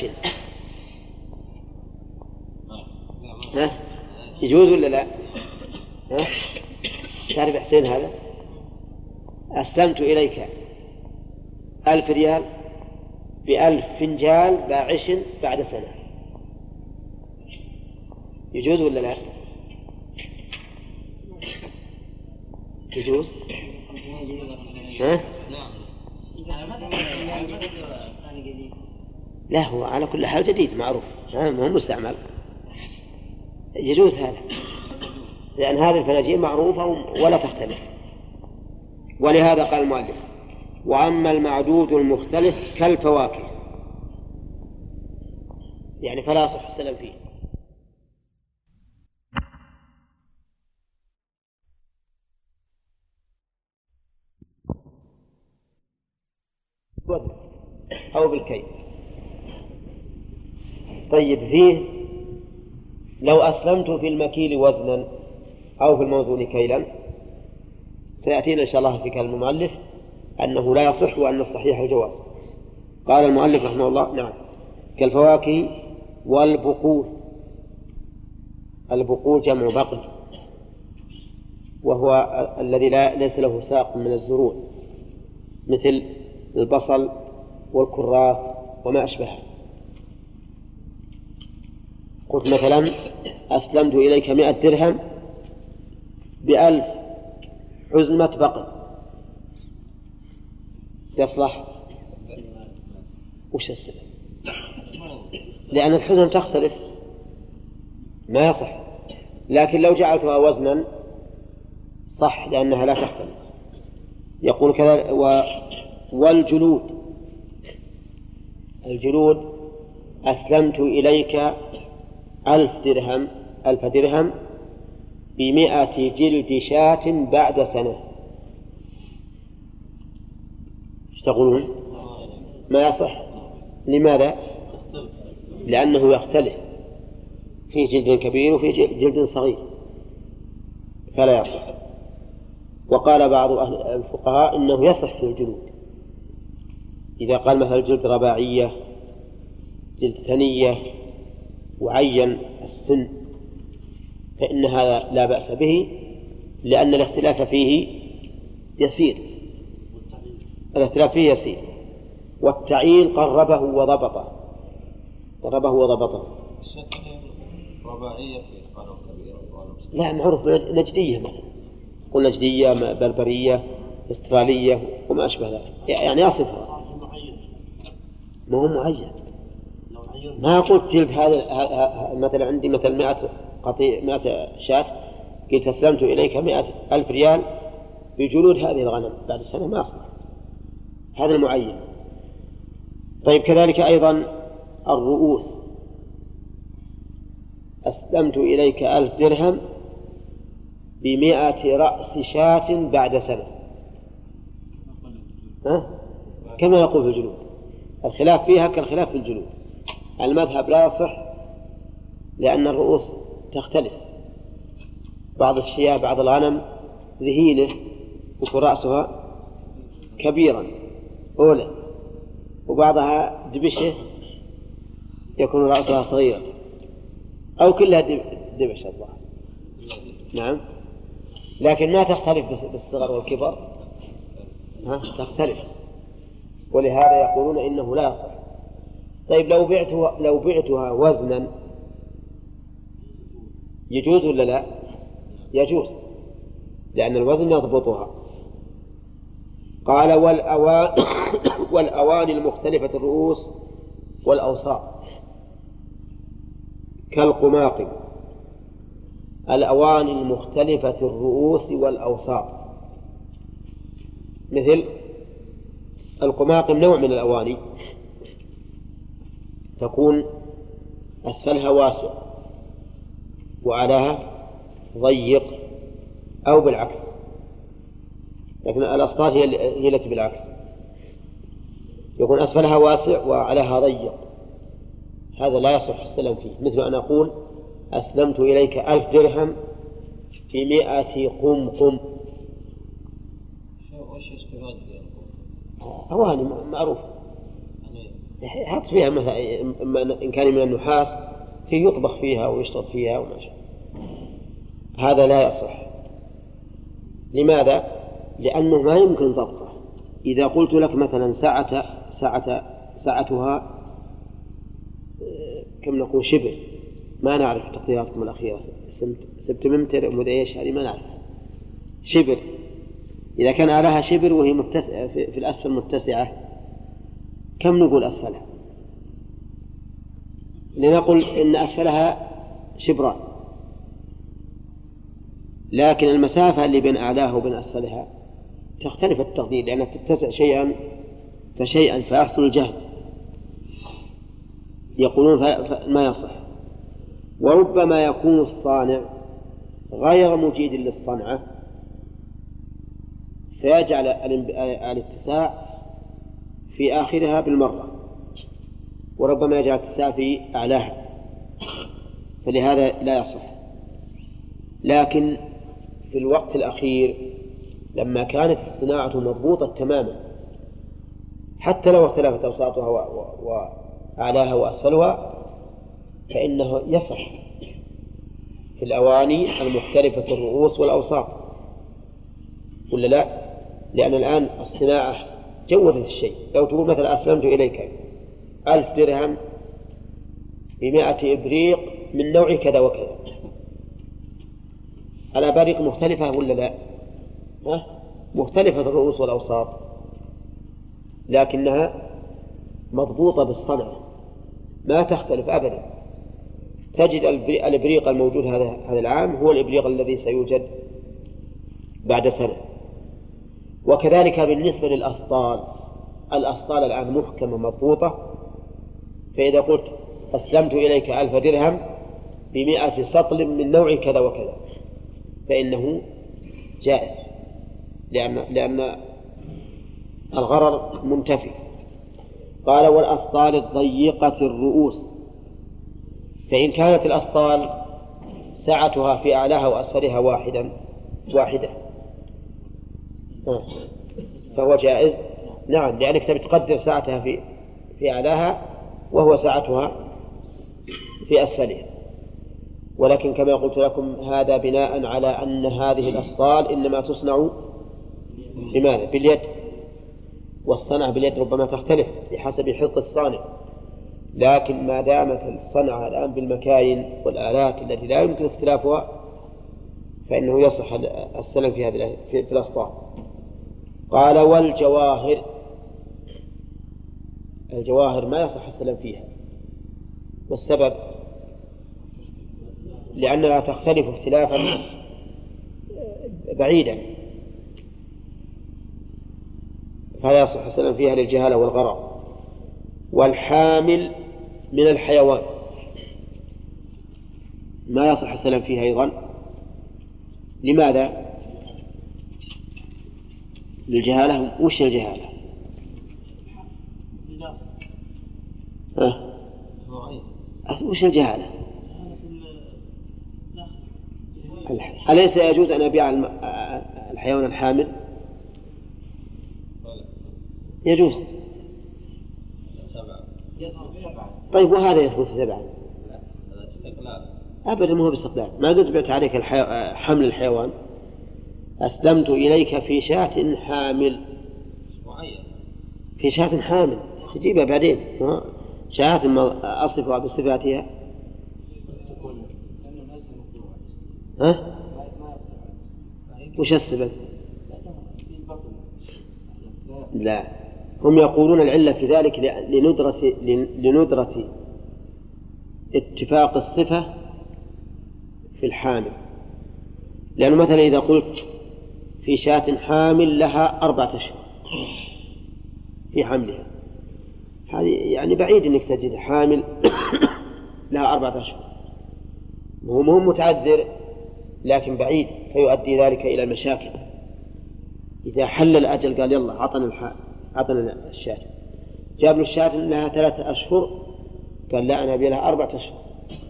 ها؟ يجوز ولا لا؟ ها؟ تعرف حسين هذا؟ أسلمت إليك ألف ريال بألف فنجال باعش بعد سنة، يجوز ولا لا؟ يجوز؟ ها؟ لا، هو على كل حال جديد معروف، ما هو مستعمل، يجوز هذا، لأن هذه الفناجين معروفة ولا تختلف. ولهذا قال المؤلف: وأما المعدود المختلف كالفواكه، يعني فلا يصح السلام فيه. وزن أو بالكيل. طيب، فيه لو أسلمت في المكيل وزنا أو في الموزون كيلا، سيأتينا إن شاء الله في كلام المؤلف أنه لا يصح وأن الصحيح الجواز. قال المؤلف رحمه الله: نعم، كالفواكه والبقول. البقول جمع بقل، وهو الذي لا ليس له ساق من الزروع، مثل البصل والكراث وما أشبهه. قلت مثلا: أسلمت إليك مئة درهم بألف حزمة بقل، يصلح؟ وش السبب؟ لأن الحزم تختلف، ما يصح. لكن لو جعلتها وزنا صح، لأنها لا تختلف. يقول كذا: و... والجلود. الجلود أسلمت إليك ألف درهم ألف درهم بمئة جلد شاة بعد سنة، ايش تقولون؟ ما يصح. لماذا؟ لأنه يختلف، في جلد كبير وفي جلد صغير، فلا يصح. وقال بعض أهل الفقهاء إنه يصح في الجلود، إذا قال مثلا جلد رباعية، جلد ثنية، وعين السن، فإن هذا لا بأس به، لأن الاختلاف فيه يسير الاختلاف فيه يسير والتعيين قربه وضبطه قربه وضبطه رباعية في قالوا كبيرة. لا، معروف نجدية، مثلا قل نجدية، بربرية، استرالية وما أشبه ذلك، يعني أصفها، ما هو معين. ما قلت جلد هذا مثلا عندي مثل مئة قطيع مئة شاة، قلت أسلمت إليك مئة ألف ريال بجلود هذه الغنم بعد سنة، ما أصلح، هذا المعين. طيب، كذلك أيضا الرؤوس، أسلمت إليك ألف درهم بمئة رأس شاة بعد سنة، ها؟ كما يقول في الجلود. الخلاف فيها كالخلاف في الجلود. المذهب لا يصح لأن الرؤوس تختلف، بعض الشياه بعض الغنم ذهينة يكون رأسها كبيرا أولى، وبعضها دبشه يكون رأسها صغيرا، أو كلها دبش الله. نعم، لكن ما تختلف بالصغر والكبر، ها؟ تختلف، ولهذا يقولون إنه لا يصح. طيب، لو بعتها لو بعتها وزنا يجوز ولا لا؟ يجوز، لأن الوزن يضبطها. قال: والأوان والأوان المختلفة الرؤوس والأوساط كالقماقم. الأوان المختلفة الرؤوس والأوساط، مثل القماقم نوع من الأواني، تكون أسفلها واسع وعلاها ضيق، أو بالعكس، لكن الأسطال هي التي بالعكس، يكون أسفلها واسع وعلاها ضيق، هذا لا يصح السلام فيه. مثل أن أقول: أسلمت إليك ألف درهم في مئة قمقم. وش استفاد؟ أواني معروف، يحط فيها مثلا إن كان من النحاس في يطبخ فيها ويشرب فيها وما شاء. هذا لا يصح. لماذا؟ لأنه ما يمكن ضبطه. إذا قلت لك مثلا ساعة ساعة ساعتها كم نقول شبر، ما نعرف تقديراتكم الأخيرة سبتمتر ومدري إيش، هذه ما نعرف. شبر إذا كان عليها شبر وهي متسع في الأسفل متسعة، كم نقول أسفلها؟ لنقول إن أسفلها شبران، لكن المسافة اللي بين أعلاها وبين أسفلها تختلف التقدير، لأنها تتسع شيئا فشيئا فيحصل الجهد. يقولون ما يصح. وربما يكون الصانع غير مجيد للصنعة فيجعل الاتساع في آخرها بالمرة، وربما يجعل الاتساع في أعلاها، فلهذا لا يصح. لكن في الوقت الأخير لما كانت الصناعة مضبوطة تماما حتى لو اختلفت أوساطها وأعلاها وأسفلها فإنه يصح في الأواني المختلفة الرؤوس والأوساط، ولا لا؟ لأن الآن الصناعة جودت الشيء. لو تقول مثلا أسلمت إليك ألف درهم بمائة إبريق من نوع كذا وكذا، الأباريق مختلفة ولا لا؟ ها؟ مختلفة الرؤوس والأوساط، لكنها مضبوطة بالصنع ما تختلف أبدا. تجد الإبريق الموجود هذا هذا العام هو الإبريق الذي سيوجد بعد سنة. وكذلك بالنسبة للأسطال، الأسطال الآن محكمة مضبوطة، فإذا قلت أسلمت إليك ألف درهم بمائة سطل من نوع كذا وكذا فإنه جائز، لأن, لأن الغرر منتفي. قال والأسطال الضيقة الرؤوس، فإن كانت الأسطال سعتها في أعلاها وأسفلها واحدا واحدة فهو جائز. نعم، لأنك تبي تقدر ساعتها في في أعلاها وهو ساعتها في أسفلها. ولكن كما قلت لكم هذا بناء على أن هذه الأسطال إنما تصنع بماذا؟ باليد، والصنع باليد ربما تختلف بحسب حرص الصانع، لكن ما دامت الصنعة الآن بالمكاين والآلات التي لا يمكن اختلافها فإنه يصح السلم في هذه في الأسطال. قال والجواهر، الجواهر ما يصح السلم فيها، والسبب لأنها تختلف اختلافا بعيدا فلا يصح السلم فيها للجهالة والغرر. والحامل من الحيوان ما يصح السلم فيها أيضا. لماذا؟ للجهالة. وش الجهالة؟ أه؟ وش الجهالة؟ أليس يجوز أن أبيع الحيوان الحامل؟ يجوز. طيب وهذا يثبت سبعا؟ أبدا ما هو باستقلال. ما قد بعت عليك الحي... حمل الحيوان. أسلمت إليك في شاة حامل، في شاة حامل تجيبها بعدين، شاة ما أصفها بصفاتها. ها؟ وش السبب؟ لا، هم يقولون العلة في ذلك لندرة لندرة اتفاق الصفة في الحامل. لأنه مثلا إذا قلت في شاة حامل لها أربعة أشهر في حملها، هذه يعني بعيد أنك تجد حامل لها أربعة أشهر، هو مو متعذر لكن بعيد، فيؤدي ذلك إلى المشاكل. إذا حل الأجل قال يلا عطنا الحال عطنا الشاة، جاب له الشاة لها ثلاثة أشهر قال لا أنا أبي لها أربعة أشهر،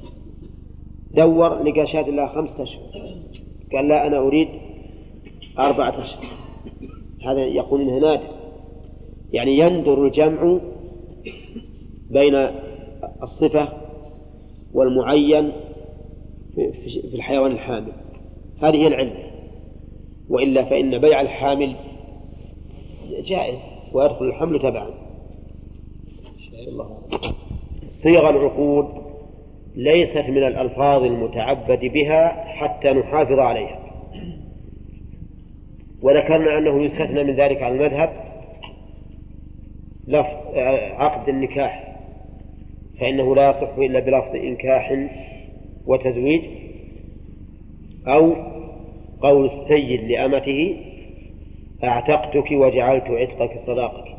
دور لقى شاة لها خمسة أشهر قال لا أنا أريد أربعة أشهر. هذا يقول إنه نادر، يعني يندر الجمع بين الصفة والمعين في الحيوان الحامل، هذه هي العلة، وإلا فإن بيع الحامل جائز ويدخل الحمل تبعا. صيغ العقود ليست من الألفاظ المتعبد بها حتى نحافظ عليها، وذكرنا أنه يستثنى من ذلك على المذهب لفظ عقد النكاح، فإنه لا يصح إلا بلفظ إنكاح وتزويج، أو قول السيد لأمته أعتقتك وجعلت عتقك صداقك.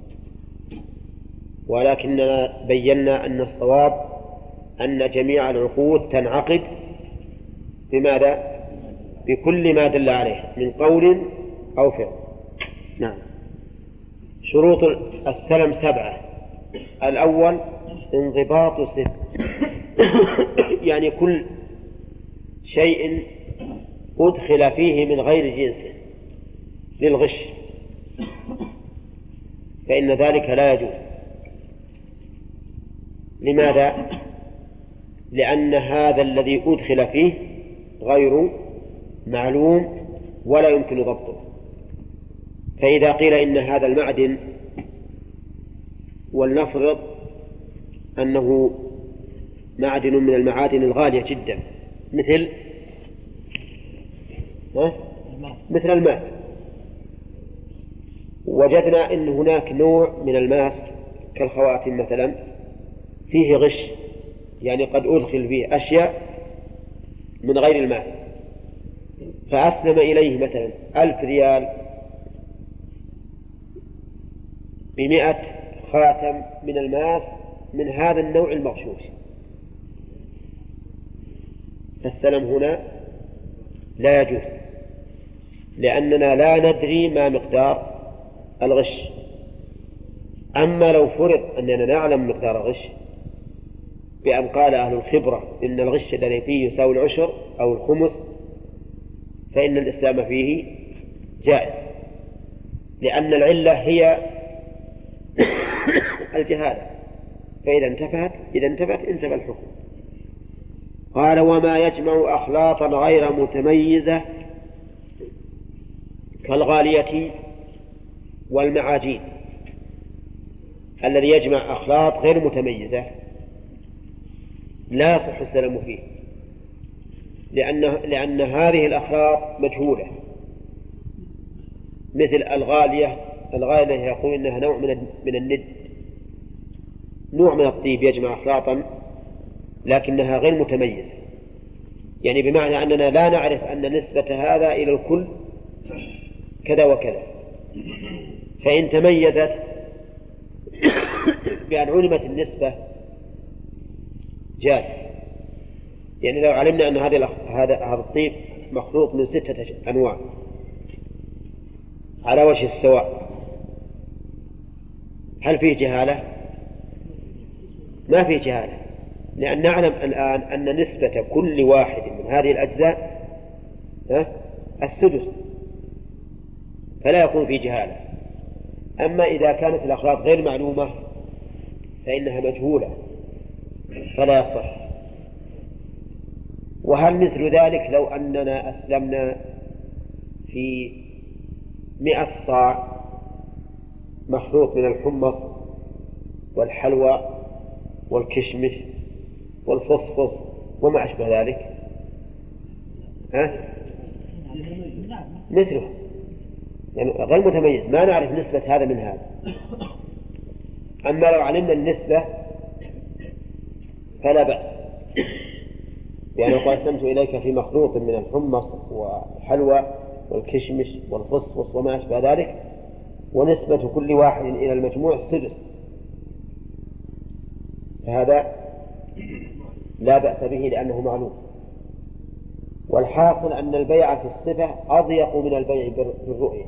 ولكننا بينا أن الصواب أن جميع العقود تنعقد بماذا؟ بكل ما دل عليه من قول أو فعل. نعم. شروط السلم سبعة. الأول انضباط صفة، يعني كل شيء أدخل فيه من غير جنسه للغش فإن ذلك لا يجوز. لماذا؟ لأن هذا الذي أدخل فيه غير معلوم ولا يمكن ضبطه. فإذا قيل إن هذا المعدن، ولنفرض أنه معدن من المعادن الغالية جدا مثل مثل الماس، وجدنا أن هناك نوع من الماس كالخواتم مثلا فيه غش، يعني قد أدخل فيه أشياء من غير الماس، فأسلم إليه مثلا ألف ريال بمئة خاتم من الماس من هذا النوع المغشوش، فالسلم هنا لا يجوز، لأننا لا ندري ما مقدار الغش. أما لو فرض أننا نعلم مقدار الغش بأن قال أهل الخبرة إن الغش الذي فيه يساوي العشر أو الخمس، فإن الإسلام فيه جائز، لأن العلة هي الجهالة، فإذا انتفت إذا انتفت انتفى الحكم. قال وما يجمع أخلاطا غير متميزة كالغالية والمعاجين. الذي يجمع أخلاط غير متميزة لا يصح السلم فيه، لأن, لأن هذه الأخلاط مجهولة، مثل الغالية. الغالية يقول إنها نوع من الند، نوع من الطيب يجمع أخلاطا لكنها غير متميزة، يعني بمعنى أننا لا نعرف أن نسبة هذا إلى الكل كذا وكذا، فإن تميزت بأن علمت النسبة جاز. يعني لو علمنا أن هذا هذا هذا الطيب مخلوط من ستة أنواع على وجه السواء، هل فيه جهالة؟ ما فيه جهالة، لأن نعلم الآن أن نسبة كل واحد من هذه الأجزاء السدس، فلا يكون فيه جهالة. أما إذا كانت الأخلاط غير معلومة فإنها مجهولة فلا يصح. وهل مثل ذلك لو أننا أسلمنا في مئة صاع مخلوط من الحمص والحلوى والكشمش والفصفص وما أشبه ذلك، ها؟ مثله، يعني غير متميز، ما نعرف نسبة هذا من هذا. أما لو علمنا النسبة فلا بأس، يعني قد أسلمت إليك في مخلوط من الحمص والحلوى والكشمش والفصفص وما أشبه ذلك، ونسبة كل واحد إلى المجموع السدس، فهذا لا بأس به لأنه معلوم. والحاصل أن البيع في الصفة أضيق من البيع بالرؤية.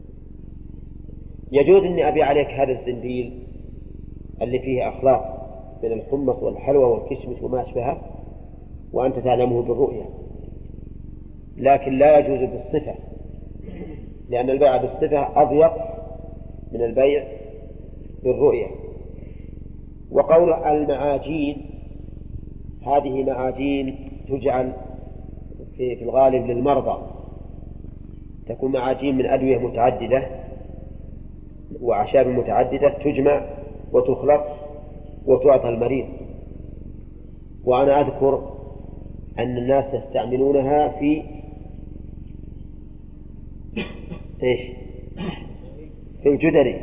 يجوز أني أبيع عليك هذا الزنبيل اللي فيه أخلاط من الحمص والحلوى والكشمش وما أشبهه وأنت تعلمه بالرؤية، لكن لا يجوز بالصفة، لأن البيع بالصفة أضيق من البيع بالرؤية. وقوله المعاجين، هذه معاجين تجعل في, في الغالب للمرضى، تكون معاجين من أدوية متعددة وأعشاب متعددة تجمع وتخلط وتعطى المريض. وأنا أذكر أن الناس يستعملونها في إيش؟ في الجدري.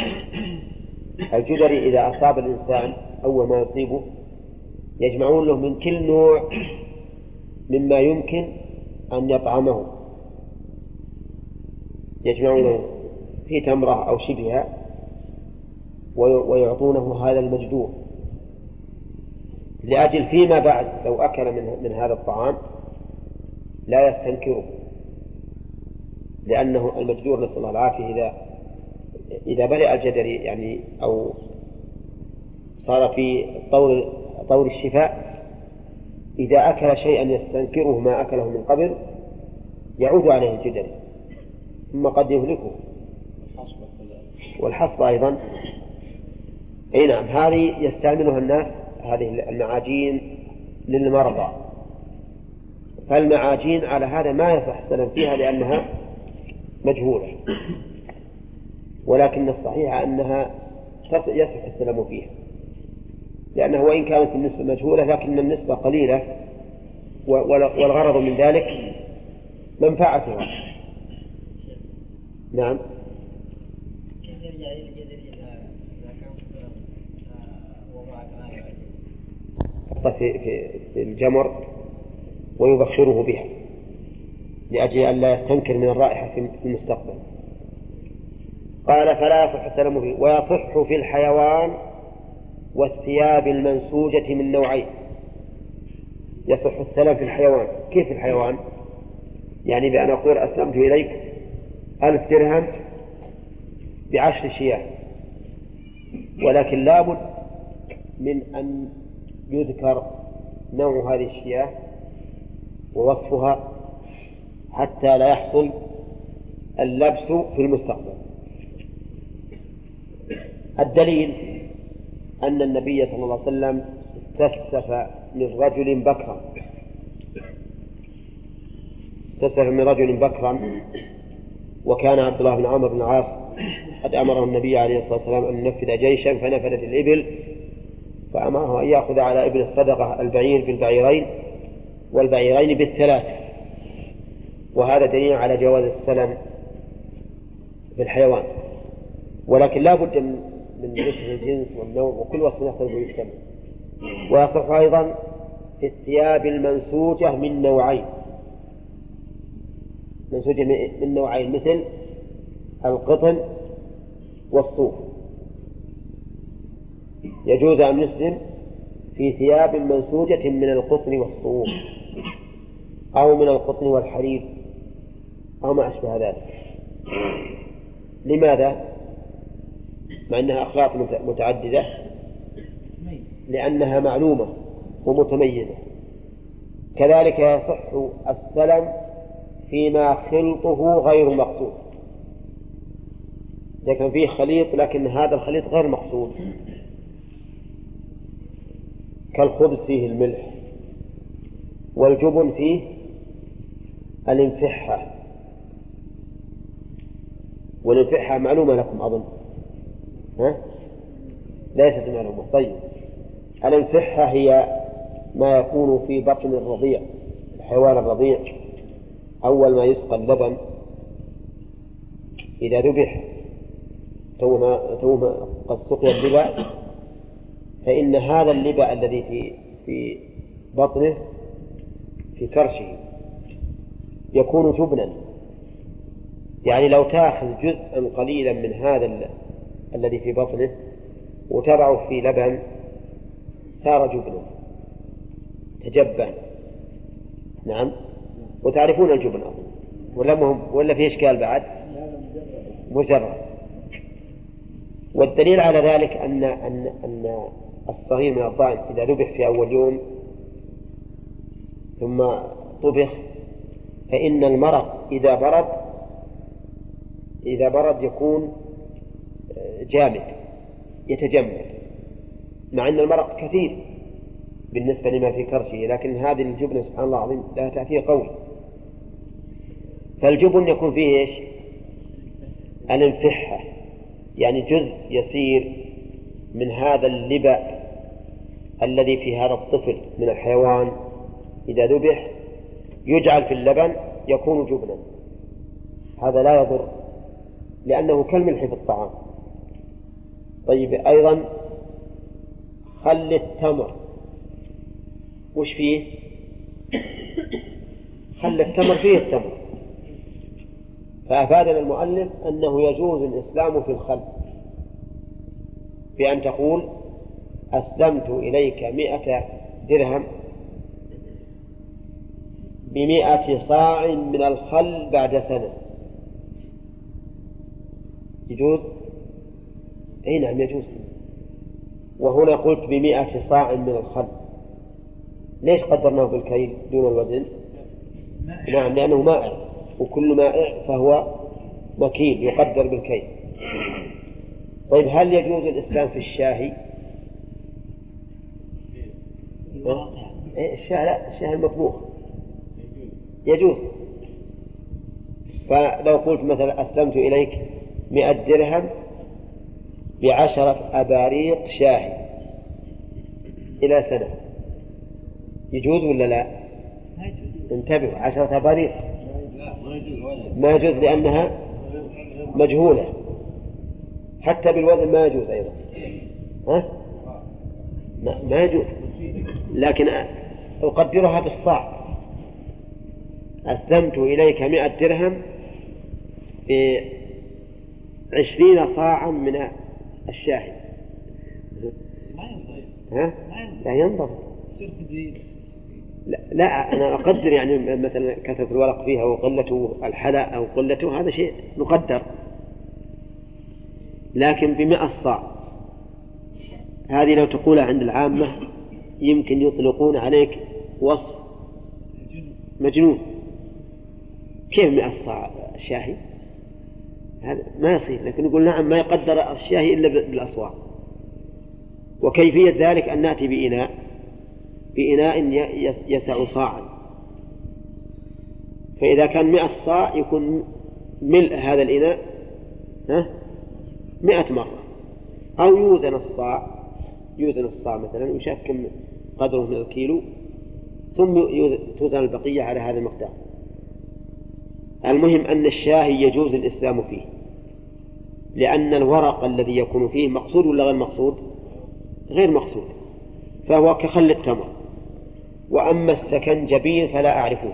الجدري إذا أصاب الإنسان أول ما يصيبه يجمعون له من كل نوع مما يمكن أن يطعمه، يجمعونه في تمرة أو شبهها ويعطونه هذا المجدور، لأجل فيما بعد لو أكل من, من هذا الطعام لا يستنكره، لأنه المجدور نسأل الله العافية إذا إذا برئ الجدري يعني أو صار في طور, طور الشفاء، إذا أكل شيئا يستنكره ما أكله من قبل يعود عليه الجدري ثم قد يهلكه، والحصب أيضا. أي نعم، هذه يستعملها الناس، هذه المعاجين للمرضى. فالمعاجين على هذا ما يصح السلام فيها لأنها مجهولة، ولكن الصحيح أنها يصح السلام فيها، لأنه وإن كانت النسبة مجهولة لكن النسبة قليلة، والغرض من ذلك منفعتها. نعم. في, في, في الجمر ويبخره بها لأجل أن لا يستنكر من الرائحة في المستقبل. قال فلا يصح السلام فيه. ويصح في الحيوان والثياب المنسوجة من نوعين. يصح السلام في الحيوان. كيف الحيوان؟ يعني بأن أقول أسلمت إليك ألف درهم بعشر شياه، ولكن لابد من أن يذكر نوع هذه الشياه ووصفها حتى لا يحصل اللبس في المستقبل. الدليل أن النبي صلى الله عليه وسلم استسف من رجل بكرا استسف من رجل بكرا وكان عبد الله بن عمرو بن العاص قد أمره النبي عليه الصلاة والسلام أن ينفذ جيشا فنفذت الإبل، فأمره أن يأخذ على إبل الصدقة البعير بالبعيرين والبعيرين بالثلاث. وهذا دليل على جواز السلم بالحيوان، ولكن لا بد من من ذكر الجنس والنوع وكل وصف يختلف ويجتمع. ويصح أيضا في الثياب المنسوجة من نوعين، منسوجة من نوعين مثل القطن والصوف. يجوز أن نسلم في ثياب منسوجة من القطن والصوف أو من القطن والحرير أو ما أشبه ذلك. لماذا؟ مع أنها أخلاق متعددة، لأنها معلومة ومتميزة. كذلك يصح السلم فيما خلطه غير مقصود، إذا كان فيه خليط لكن هذا الخليط غير مقصود، كالخبز فيه الملح والجبن فيه الانفحة. والانفحة معلومة لكم أظن، ها؟ ليست معلومة. طيب، الانفحة هي ما يكون في بطن الرضيع، الحيوان الرضيع أول ما يسقى اللبن إذا ذبح توما قد سقي اللبن، فإن هذا اللبن الذي في في بطنه في كرشه يكون جبنا. يعني لو تأخذ جزءا قليلا من هذا ال... الذي في بطنه وتضعه في لبن صار جبنا، تجبن. نعم، وتعرفون الجبن ولا مهم ولا في إشكال بعد؟ مجرد. والدليل على ذلك أن أن أن الصغير من الضأن إذا ذبح في أول يوم ثم طبخ فإن المرق إذا برد إذا برد يكون جامد يتجمد، مع أن المرق كثير بالنسبة لما في كرشه، لكن هذه الجبنة سبحان الله العظيم لها تأثير قوي. فالجبن يكون فيه إيش؟ الانفحة، يعني جزء يسير من هذا اللبأ الذي في هذا الطفل من الحيوان إذا ذبح يجعل في اللبن يكون جبنا. هذا لا يضر لأنه كالملح في الطعام. طيب أيضا خل التمر وش فيه؟ خل التمر فيه التمر. فأفادنا المؤلف أنه يجوز الإسلام في الخل، بأن تقول أسلمت إليك مئة درهم بمئة صاع من الخل بعد سنة. يجوز؟ أي نعم يجوز. وهنا قلت بمئة صاع من الخل، ليش قدرناه بالكيل دون الوزن؟ نعم لأنه مائع، وكل مائع فهو مكيل يقدر بالكيل. طيب هل يجوز الإسلام في الشاهي؟ الشاهي لا، الشاهي المطبوخ يجوز. فلو قلت مثلا أسلمت إليك مئة درهم بعشرة أباريق شاهي إلى سنة، يجوز ولا لا؟ انتبهوا، عشرة أباريق ما يجوز لأنها مجهولة، حتى بالوزن ما يجوز أيضا. ها؟ ما, ما يجوز، لكن أقدرها بالصاع. أسلمت إليك مئة درهم بعشرين صاعا من الشاهي. ها؟ لا ينضبط. لا, لا أنا أقدر يعني مثلا كثرة الورق فيها وقلته الحلاء أو قلته، هذا شيء نقدر، لكن بمئة صاع هذه لو تقولها عند العامة يمكن يطلقون عليك وصف مجنون. كيف مئة صاع شاهي؟ هذا ما يصير. لكن نقول نعم ما يقدر الشاهي إلا بالأصواع. وكيفية ذلك أن نأتي بإناء بإناء يسع صاعا، فإذا كان مئة صاع يكون ملء هذا الإناء ها مئة مرة. أو يوزن الصاع، يوزن الصاع مثلا ويشاف كم قدره من الكيلو، ثم توزن البقية على هذا المقدار. المهم أن الشاهي يجوز الإسلام فيه، لأن الورق الذي يكون فيه مقصود ولا غير مقصود؟ غير مقصود، فهو كخل التمر. وأما السكنجبين فلا أعرفه،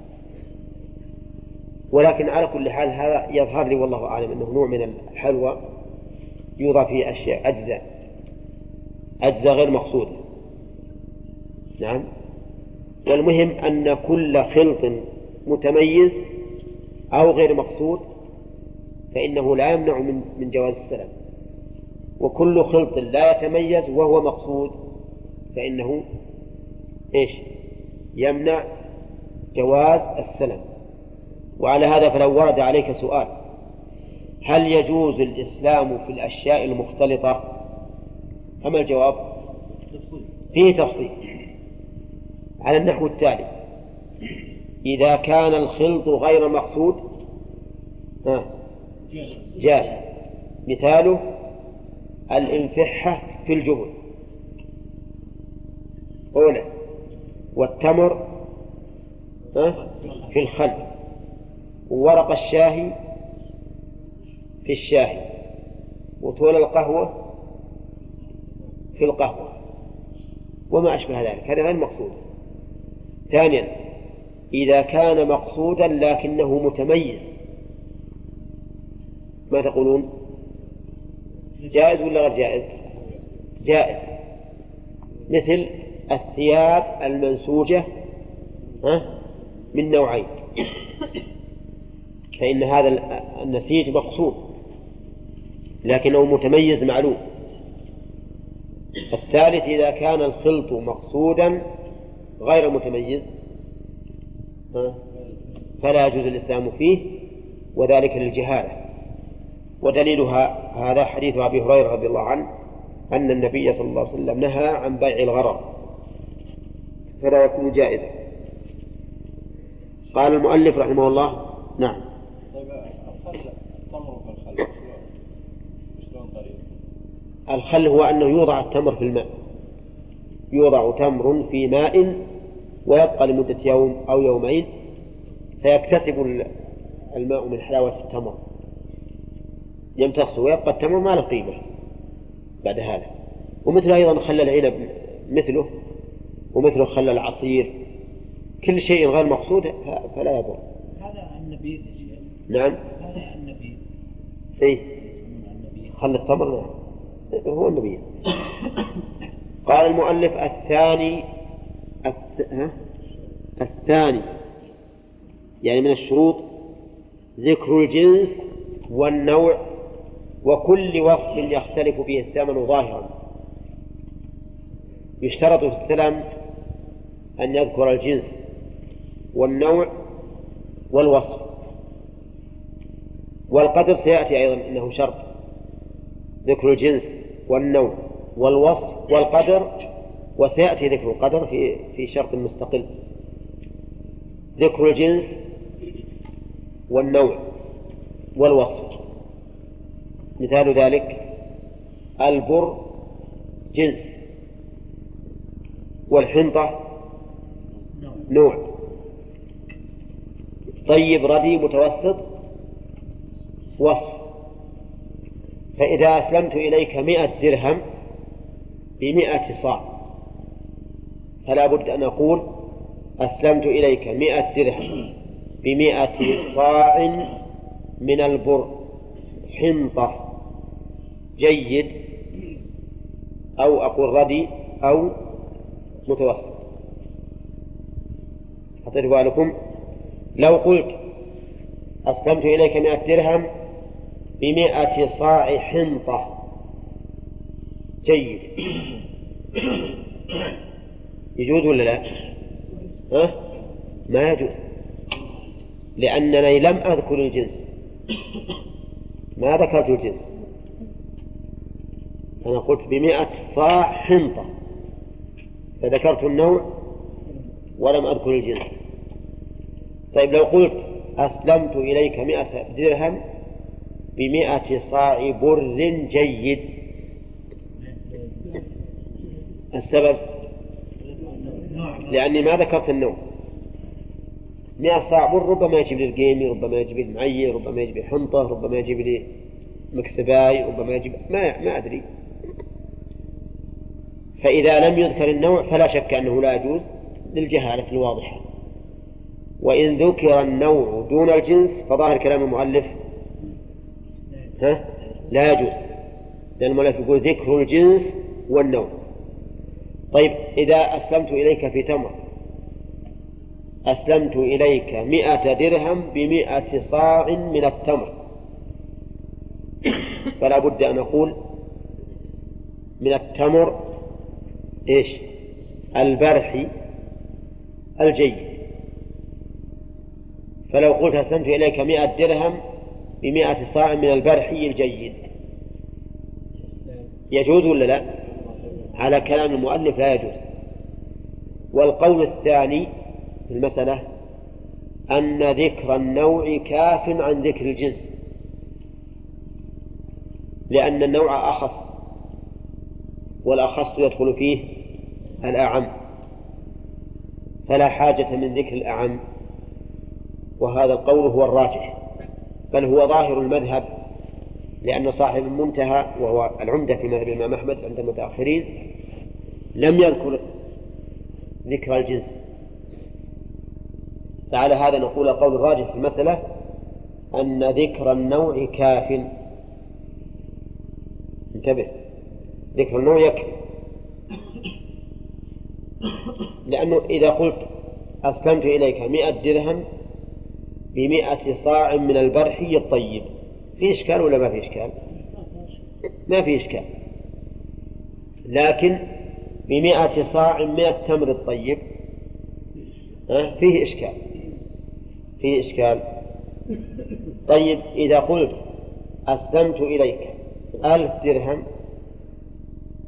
ولكن على كل حال هذا يظهر لي والله أعلم أنه نوع من الحلوى يوضع فيه أشياء أجزاء أجزاء غير مقصودة. نعم. والمهم أن كل خلط متميز أو غير مقصود فإنه لا يمنع من من جواز السلام، وكل خلط لا يتميز وهو مقصود فإنه إيش؟ يمنع جواز السلام. وعلى هذا فلو ورد عليك سؤال هل يجوز الإسلام في الأشياء المختلطة؟ فما الجواب؟ فيه تفصيل على النحو التالي: إذا كان الخلط غير مقصود جاز. مثاله الانفحة في الجبن أولا، والتمر في الخل، وورق الشاهي في الشاهي، وطول القهوة في القهوة، وما أشبه ذلك. هذا غير مقصود. ثانيا إذا كان مقصودا لكنه متميز، ما تقولون؟ جائز ولا غير جائز؟ جائز. مثل الثياب المنسوجة من نوعين، فإن هذا النسيج مقصود لكنه متميز معلوم. الثالث إذا كان الخلط مقصودا غير متميز فلا يجوز الإسلام فيه، وذلك للجهالة. ودليلها هذا حديث أبي هريرة رضي الله عنه أن النبي صلى الله عليه وسلم نهى عن بيع الغرر فلا يكون جائزا. قال المؤلف رحمه الله نعم. الخل هو أنه يوضع التمر في الماء، يوضع تمر في ماء ويبقى لمدة يوم أو يومين فيكتسب الماء من حلاوة التمر، يمتص ويبقى التمر ما له قيمة بعد هذا. ومثل أيضا خل العنب مثله، ومثله خل العصير، كل شيء غير مقصود فلا يضر. هذا النبيذ. نعم هذا النبيذ. إيه خل التمر نعم هو النبيذ. قال المؤلف الثاني الث... ها؟ الثاني يعني من الشروط ذكر الجنس والنوع وكل وصف يختلف فيه الثمن ظاهرا. يشترط في السلم أن يذكر الجنس والنوع والوصف، والقدر سيأتي أيضا إنه شرط، ذكر الجنس والنوع والوصف والقدر، وسيأتي ذكر القدر في في شرط مستقل. ذكر الجنس والنوع والوصف مثال ذلك البر جنس والحنطة نوع، طيب ردي متوسط وصف. فإذا أسلمت إليك مئة درهم بمئة صاع فلا بد أن أقول أسلمت إليك مئة درهم بمئة صاع من البر حنطة جيد، أو أقول ردي أو متوسط. حطيت بالكم لو قلت أسلمت إليك مئة درهم بمئة صاع حنطة جيد يجوز ولا لا؟ ها؟ ما يجوز، لأنني لم أذكر الجنس، ما ذكرت الجنس، أنا قلت بمئة صاع حنطة فذكرت النوع ولم أذكر الجنس. طيب لو قلت أسلمت إليك مئة درهم بمئة صاع بر جيد، السبب لأني ما ذكرت النوع. مئة صاع بر ربما يجيب لي القيمي، ربما يجيب لي المعير، ربما يجيب لي حنطة، ربما يجيب لي مكسباي، ربما يجيب ما ما أدري. فإذا لم يذكر النوع فلا شك أنه لا يجوز للجهالة الواضحة. وإن ذكر النوع دون الجنس فظاهر كلام المؤلف ها لا يجوز، لأن المؤلف يقول ذكر الجنس والنوع. طيب إذا أسلمت إليك في تمر، أسلمت إليك مئة درهم بمئة صاع من التمر، فلا بد أن أقول من التمر إيش البرحي الجيد. فلو قلت أسلمت إليك مئة درهم بمئة صاع من البرحي الجيد يجوز ولا لا؟ على كلام المؤلف لا يجوز. والقول الثاني في المسألة أن ذكر النوع كاف عن ذكر الجنس، لأن النوع أخص، والأخص يدخل فيه الأعم، فلا حاجة من ذكر الأعم. وهذا القول هو الراجح، بل هو ظاهر المذهب، لأن صاحب المنتهى وهو العمدة في مذهب الإمام أحمد عند المتأخرين لم يذكر ذكر الجنس. فعلى هذا نقول القول الراجح في المسألة أن ذكر النوع كاف. انتبه، ذكر النوع يكفي، لأنه إذا قلت أسلمت إليك مئة درهم بمئة صاع من البرحي الطيب في إشكال ولا ما في إشكال؟ ما في إشكال. لكن بمئة صاع من التمر الطيب فيه إشكال، فيه إشكال. طيب إذا قلت أسلمت إليك ألف درهم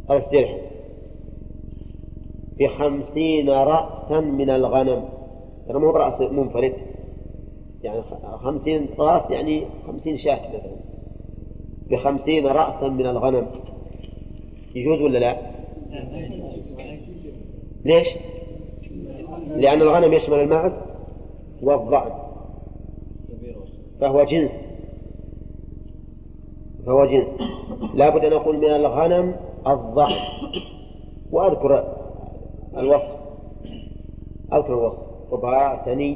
ألف درهم بخمسين رأسا من الغنم، ترى مو برأس منفرد، يعني خمسين رأس يعني خمسين شاة مثلا، بخمسين رأسا من الغنم يجوز ولا لا؟ ليش؟ لأن الغنم يشمل الماعز والضأن، فهو جنس فهو جنس لا بد أن أقول من الغنم الضأن، وأذكر الوصف أذكر الوصف رباع ثني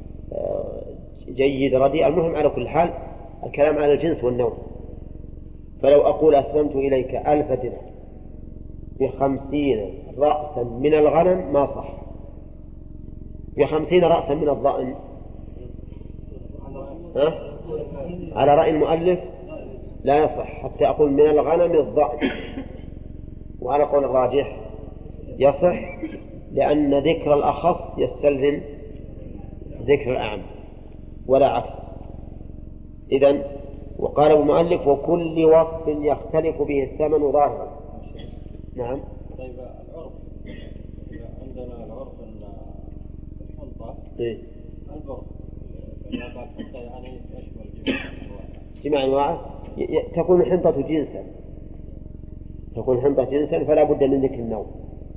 جيد رديء، المهم على كل حال الكلام على الجنس والنوع. فلو أقول أسلمت إليك ألف درهم بخمسين رأسا من الغنم ما صح، بخمسين رأسا من الضأن ها؟ على رأي المؤلف لا يصح حتى أقول من الغنم الضأن، وعلى قول الراجح يصح لأن ذكر الأخص يستلزم ذكر الأعم ولا عكس. إذن وقال المؤلف وكل وصف يختلف به الثمن ظاهرا. نعم. طيب العرف عندنا العرف الحنطة إيه؟ البر الحنطة يعني يشمل جميع أنواعه، تكون الحنطة جنسا تكون الحنطة جنسا فلا بد من ذكر النوع.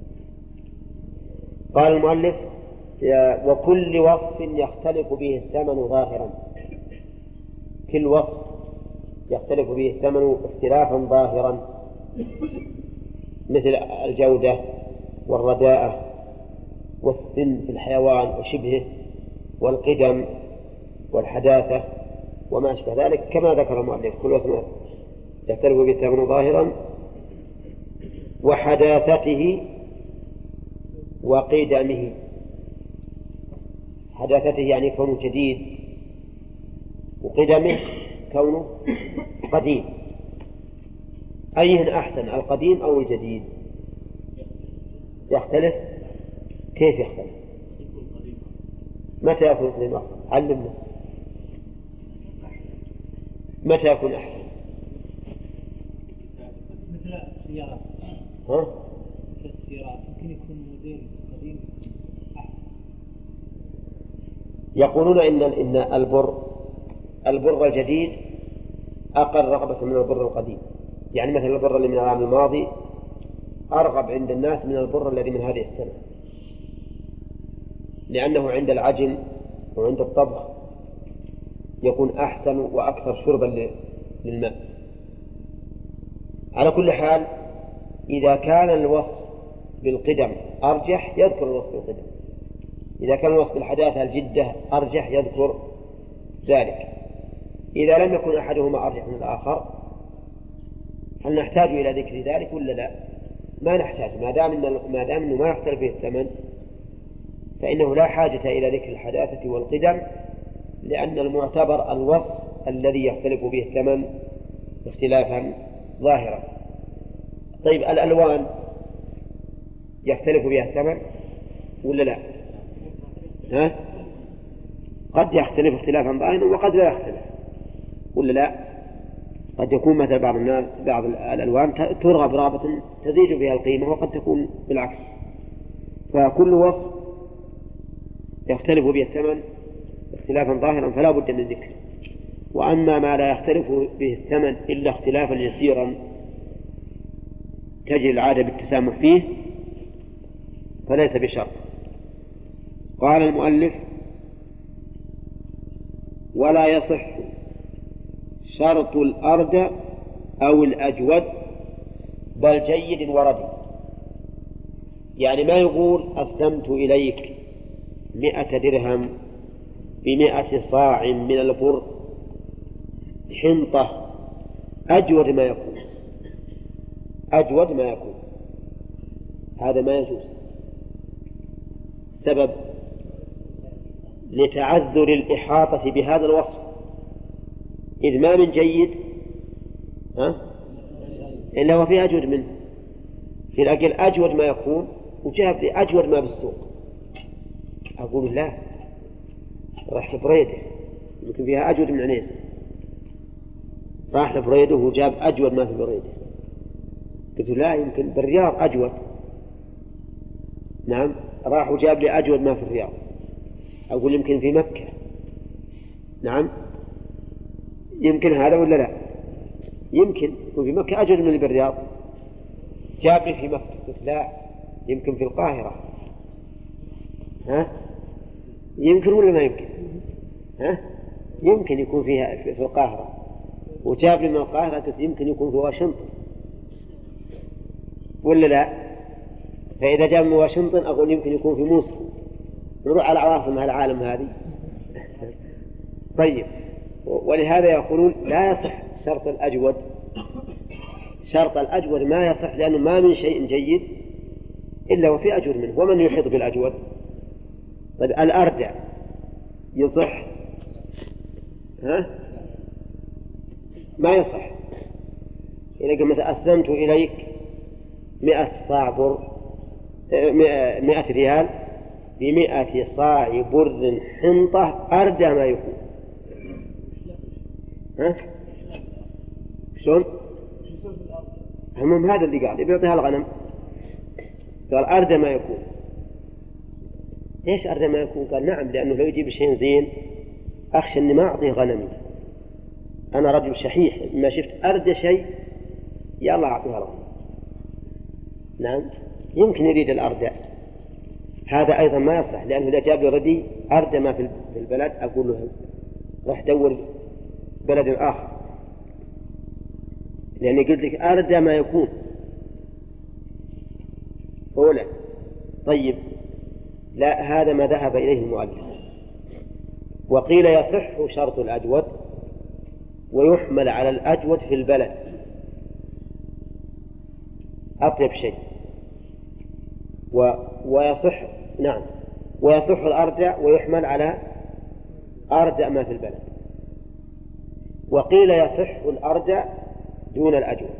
قال المؤلف وكل وصف يختلف به الثمن ظاهرا، كل وصف يختلف به الثمن اختلافا ظاهرا، مثل الجودة والرداءة والسن في الحيوان وشبهه والقدم والحداثة وما أشبه ذلك، كما ذكر المؤلف كل وصف يختلف به الثمن ظاهرا وحداثته وقدمه. حداثته يعني كونه جديد، وقدمه كونه قديم. أيهن أحسن القديم أو الجديد؟ يختلف. كيف يختلف؟ متى يكون قديم أحسن؟ علمنا متى يكون أحسن؟ مثل السيارات. ها؟ مثل السيارات يمكن يكون موديل قديم أحسن. يقولون إن إن البر البر الجديد أقل رغبة من البر القديم، يعني مثل البر اللي من العام الماضي أرغب عند الناس من البر الذي من هذه السنة، لأنه عند العجن وعند الطبخ يكون أحسن وأكثر شربا للماء. على كل حال إذا كان الوصف بالقدم أرجح يذكر الوصف بالقدم، إذا كان الوصف بالحداثة الجدة أرجح يذكر ذلك. إذا لم يكن أحدهما أرجح من الآخر هل نحتاج إلى ذكر ذلك ولا لا؟ ما نحتاج، ما دام إنه ما دام إنه ما يختلف فيه الثمن فإنه لا حاجة إلى ذكر الحداثة والقدم، لأن المعتبر الوصف الذي يختلف به الثمن اختلافا ظاهرا. طيب الألوان يختلف بها الثمن ولا لا؟ ها؟ قد يختلف اختلافا ظاهرا وقد لا يختلف ولا لا؟ قد يكون مثل بعض الناس بعض الألوان ترغب رغبة تزيد بها القيمة، وقد تكون بالعكس. فكل وصف يختلف به الثمن اختلافا ظاهرا فلا بد من ذكره. وأما ما لا يختلف به الثمن إلا اختلافا يسيرا تجري العادة بالتسامح فيه فليس بشرط. قال المؤلف ولا يصح شرط الأرض أو الأجود بل جيد وردي، يعني ما يقول أسلمت إليك مئة درهم بمئة صاع من البر حنطة أجود ما يكون أجود ما يكون هذا ما يجوز. سبب لتعذر الإحاطة بهذا الوصف، إذ ما من جيد ها؟ إلا هو فيه أجود منه، في الأجل أجود ما يكون وجاب لي أجود ما بالسوق، أقول لا راح لبريده يمكن فيها أجود من عنيس، راح لبريده وجاب أجود ما في بريده قلت لا يمكن بالرياض أجود. نعم راح وجاب لي أجود ما في الرياض. أقول يمكن في مكة. نعم يمكن هذا ولا لا؟ يمكن يكون في مكة أجود من اللي بالرياض. جاب لي في مكة. قلت لا يمكن في القاهرة. ها يمكن ولا ما يمكن؟ ها يمكن يكون فيها في القاهرة. وجاب لي من القاهرة قلت يمكن يكون في واشنطن ولا لا؟ فإذا جاء من واشنطن أقول يمكن يكون في موسكو. نروح على عواصم العالم هذه. طيب ولهذا يقولون لا يصح شرط الأجود. شرط الأجود ما يصح لأنه ما من شيء جيد إلا وفي أجود منه. ومن يحيط بالأجود؟ طيب الأردع يصح؟ ها ما يصح. إذا قلت أسلمت إليك مئة صاع بر مئة ريال بمئة صاع بر حنطة أردى ما يكون. ها شلون؟ المهم هذا اللي قال بيعطيها الغنم. قال أردى ما يكون. ليش أردى ما يكون؟ قال نعم لأنه لو يجيب شيء زين أخشى أني ما أعطيه غنمي. أنا رجل شحيح ما شفت أردى شيء يلا أعطيها الغنم. نعم يمكن يريد الأردى. هذا أيضا ما يصح لأنه إذا جاب لي ردي أردى ما في البلد أقول له راح دور بلد آخر لأني قلت لك أردى ما يكون أولا. طيب لا هذا ما ذهب إليه المؤلف. وقيل يصح شرط الأجود ويحمل على الأجود في البلد أطيب شيء و... ويصح نعم ويصح الأردع ويحمل على أردع ما في البلد. وقيل يصح الأردع دون الأجود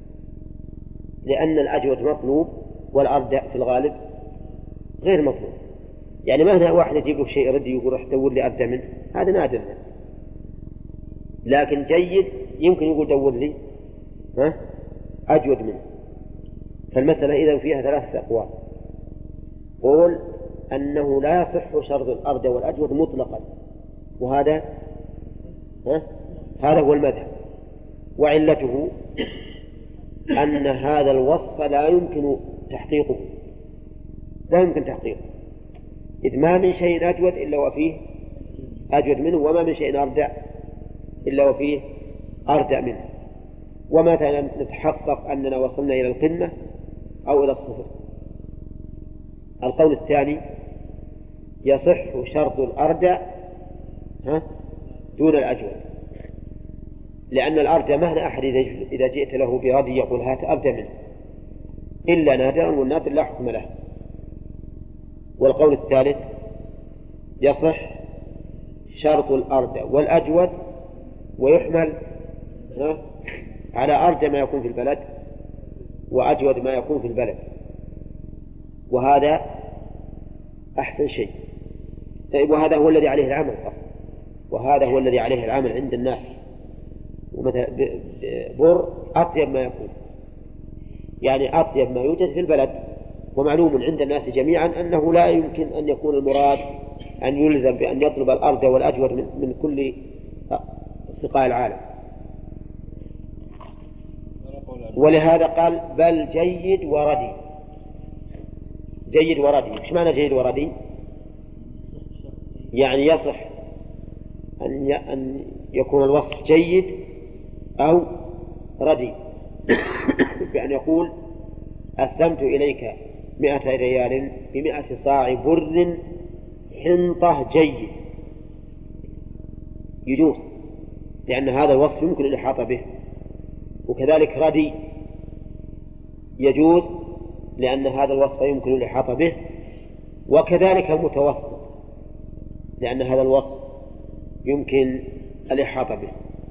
لأن الأجود مطلوب والأردع في الغالب غير مطلوب. يعني ما هنا واحد يجيب له شيء ردي يقول راح دور لي أردع منه هذا نادر. لكن جيد يمكن يقول دور لي ها أجود منه. فالمسألة إذن فيها ثلاثة أقوال. قول أنه لا يصح شرط الأردع والأجود مطلقا وهذا ها هذا هو المذهب. وعلته أن هذا الوصف لا يمكن تحقيقه لا يمكن تحقيقه إذ ما من شيء أجود إلا وفيه أجود منه وما من شيء أردع إلا وفيه أردع منه. ومتى نتحقق أننا وصلنا إلى القمة أو إلى الصفر؟ القول الثاني يصح شرط الأردع ها دون الأجود لأن الأردع مهما أحد إذا جئت له برادي يقول هات أردع منه إلا نادرا والنادر لا حكم له. والقول الثالث يصح شرط الأردع والأجود ويحمل ها على أردع ما يكون في البلد وأجود ما يكون في البلد وهذا أحسن شيء. طيب وهذا هو الذي عليه العمل أصلا وهذا هو الذي عليه العمل عند الناس. ومثلا بر أطيب ما يكون يعني أطيب ما يوجد في البلد. ومعلوم عند الناس جميعا أنه لا يمكن أن يكون المراد أن يلزم بأن يطلب الأرض والأجود من, من كل سقاء العالم. ولهذا قال بل جيد وردي. جيد وردي إيش معنى جيد وردي؟ يعني يصح أن يكون الوصف جيد أو ردي بأن يقول أسلمت إليك مئة ريال بمئة صاع بر حنطة جيد يجوز لأن هذا الوصف يمكن الإحاطة به. وكذلك ردي يجوز لأن هذا الوصف يمكن الإحاطة به. وكذلك المتوسط لأن هذا الوصف يمكن الإحاطة به.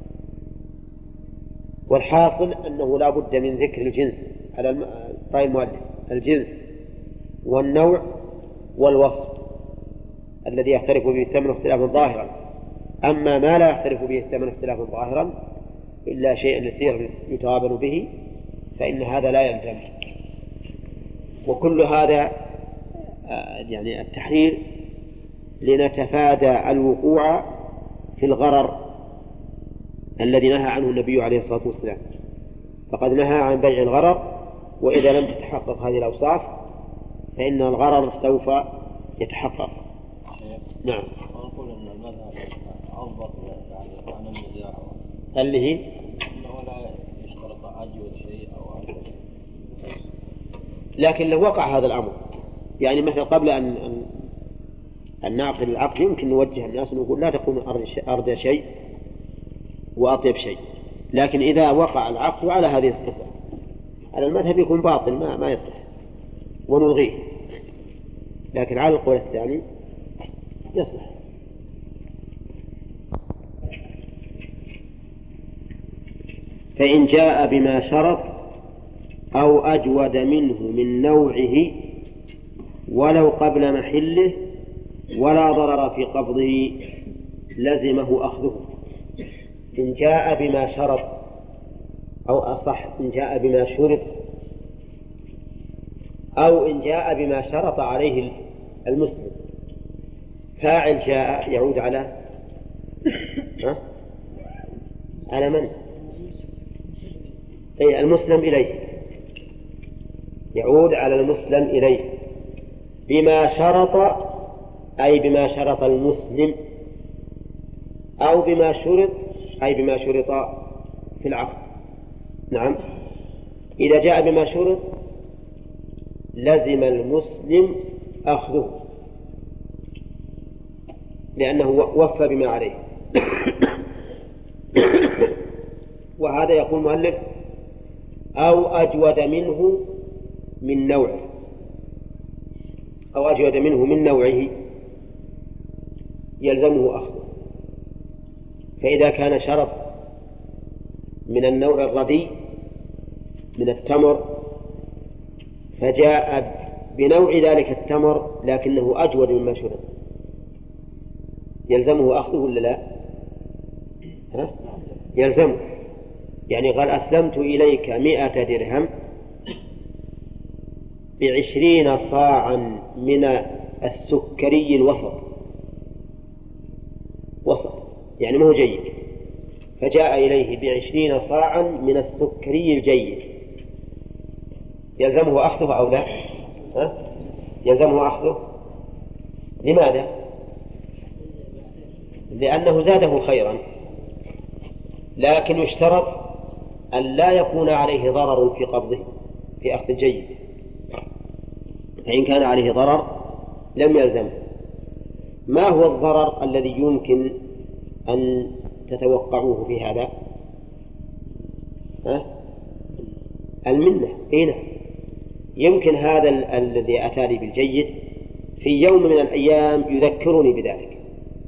والحاصل أنه لا بد من ذكر الجنس على رأي المؤلف الجنس والنوع والوصف الذي يختلف به الثمن اختلافا ظاهرا. أما ما لا يختلف به الثمن اختلافا ظاهرا إلا شيئا يسير يتوابن به فإن هذا لا يلزم. وكل هذا يعني التحرير لنتفادى الوقوع في الغرر الذي نهى عنه النبي عليه الصلاة والسلام، فقد نهى عن بيع الغرر، وإذا لم تتحقق هذه الأوصاف فإن الغرر سوف يتحقق. نعم. نقول أن المذهب أضبط يعني عن النزاع اللي هي أنه لا يشترط أجود شيء أو أجود، لكن لو وقع هذا الأمر يعني مثل قبل أن أن, أن نعقد العقد يمكن نوجه الناس ونقول لا تكون أرضى شيء وأطيب شيء، لكن إذا وقع العقد على هذه الصفة على المذهب يكون باطل ما ما يصلح ونلغيه، لكن على القول الثاني يصلح. فإن جاء بما شرط أو أجود منه من نوعه ولو قبل محله ولا ضرر في قبضه لزمه أخذه. إن جاء بما شرط أو أصح إن جاء بما شرط أو إن جاء بما شرط عليه المسلم. فاعل جاء يعود على ها؟ على من؟ أي المسلم إليه، يعود على المسلم إليه بما شرط أي بما شرط المسلم، أو بما شرط أي بما شرط في العقد. نعم. إذا جاء بما شرط لزم المسلم أخذه لأنه وفى بما عليه. وهذا يقول المؤلف أو أجود منه من نوعه أو أجود منه من نوعه يلزمه أخذه. فإذا كان شرط من النوع الردي من التمر فجاء بنوع ذلك التمر لكنه أجود مما شرط يلزمه أخذه ولا لا؟ ها؟ يلزمه. يعني قال أسلمت إليك مئة درهم بعشرين صاعا من السكري الوسط، وسط يعني ما هو جيد، فجاء إليه بعشرين صاعا من السكري الجيد يلزمه أخذه أو لا؟ ها؟ يلزمه أخذه. لماذا؟ لأنه زاده خيرا، لكن يشترط أن لا يكون عليه ضرر في قبضه في أخذ الجيد، فإن كان عليه ضرر لم يلزمه. ما هو الضرر الذي يمكن أن تتوقعوه في هذا؟ ها؟ المنة. إيه؟ يمكن هذا ال- الذي أتى لي بالجيد في يوم من الأيام يذكرني بذلك،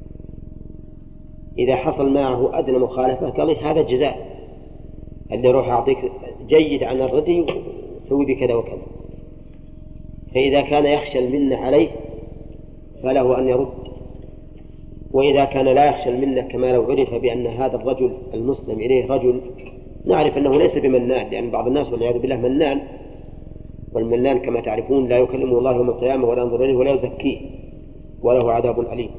إذا حصل معه أدنى مخالفة قال لي هذا الجزاء اللي روح أعطيك جيد عن الردي وسوي بكذا وكذا. فإذا كان يخشى المنة عليه فله أن يرد، وإذا كان لا يخشى المنة كما لو عرف بأن هذا الرجل المسلم إليه رجل نعرف أنه ليس بمنان، لأن بعض الناس والعياذ بالله منان، والمنان كما تعرفون لا يكلمه الله يوم القيامة ولا ينظر إليه ولا يزكيه وله عذاب أليم.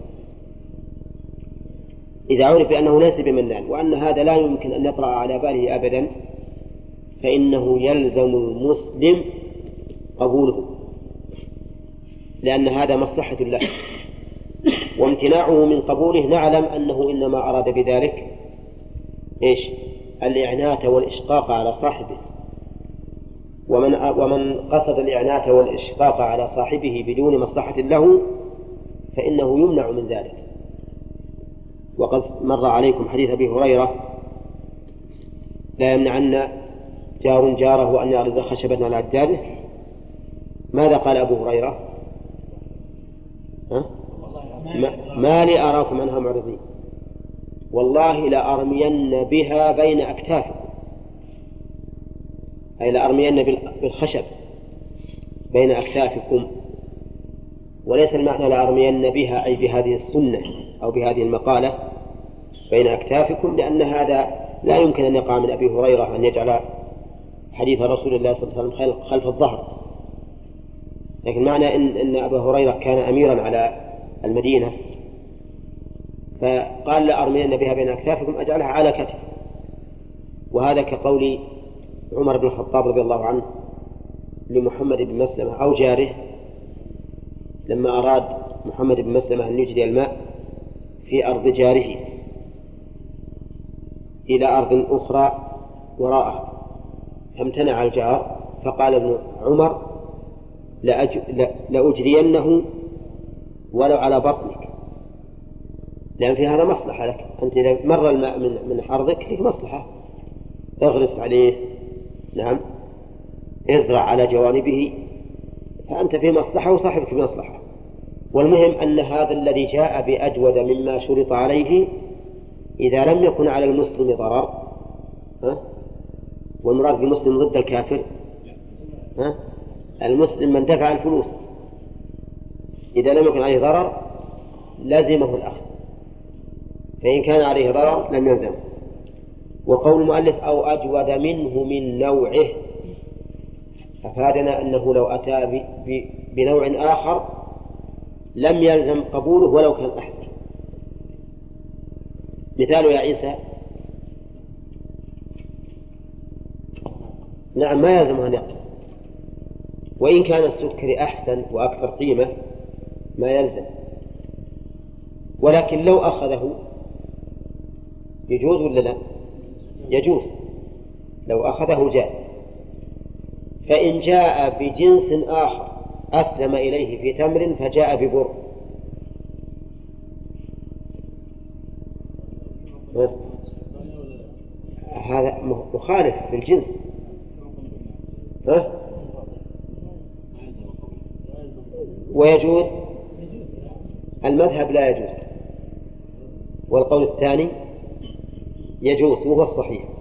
إذا عرف بأنه ليس بمنان وأن هذا لا يمكن أن يطرأ على باله أبدا فإنه يلزم المسلم قبوله، لأن هذا مصلحة له، وامتناعه من قبوله نعلم أنه إنما أراد بذلك إيش؟ الإعنات والإشقاق على صاحبه، ومن ومن قصد الإعنات والإشقاق على صاحبه بدون مصلحة له فإنه يمنع من ذلك. وقد مر عليكم حديث أبي هريرة لا يمنعن جار جاره أن يعرض خشبة على عداده. ماذا قال أبو هريرة؟ ها؟ ما, ما لي أراكم عنها معرضين والله لأرمين بها بين أكتافكم، أي لأرمين بالخشب بين أكتافكم، وليس المعنى لأرمين بها أي بهذه السنة أو بهذه المقالة بين أكتافكم، لأن هذا لا يمكن أن يقع من أبي هريرة أن يجعل حديث رسول الله صلى الله عليه وسلم خلف الظهر، لكن معنى إن, إن أبا هريرة كان أميرا على المدينة فقال لأرمين بها بين أكتافكم أجعلها على كتف. وهذا كقول عمر بن الخطاب رضي الله عنه لمحمد بن مسلمة أو جاره لما أراد محمد بن مسلمة أن يجري الماء في أرض جاره إلى أرض أخرى وراءه، فامتنع الجار، فقال ابن عمر لأج... لأجرينه ولو على بطنك، لأن في هذا مصلحة لك، أنت إذا مر الماء من من حرضك فيه مصلحة، اغرس عليه، نعم، ازرع على جوانبه، فأنت في مصلحة وصاحبك في مصلحة. والمهم أن هذا الذي جاء بأجود مما شرط عليه إذا لم يكن على المسلم ضرر، ها؟ والمراد بالمسلم ضد الكافر، ها؟ المسلم من دفع الفلوس إذا لم يكن عليه ضرر لازمه الأخذ، فإن كان عليه ضرر لم يلزم. وقول المؤلف أو أجود منه من نوعه أفادنا أنه لو أتى بنوع آخر لم يلزم قبوله ولو كان أحسن. مثاله يا عيسى، نعم ما يلزم أن يقبل، وإن كان السكر أحسن وأكثر قيمة ما يلزم، ولكن لو أخذه يجوز ولا لا؟ يجوز لو أخذه جاء. فإن جاء بجنس آخر أسلم إليه في تمر فجاء ببر، هذا مخالف في الجنس، ها؟ ويجوز المذهب لا يجوز، والقول الثاني يجوز وهو الصحيح.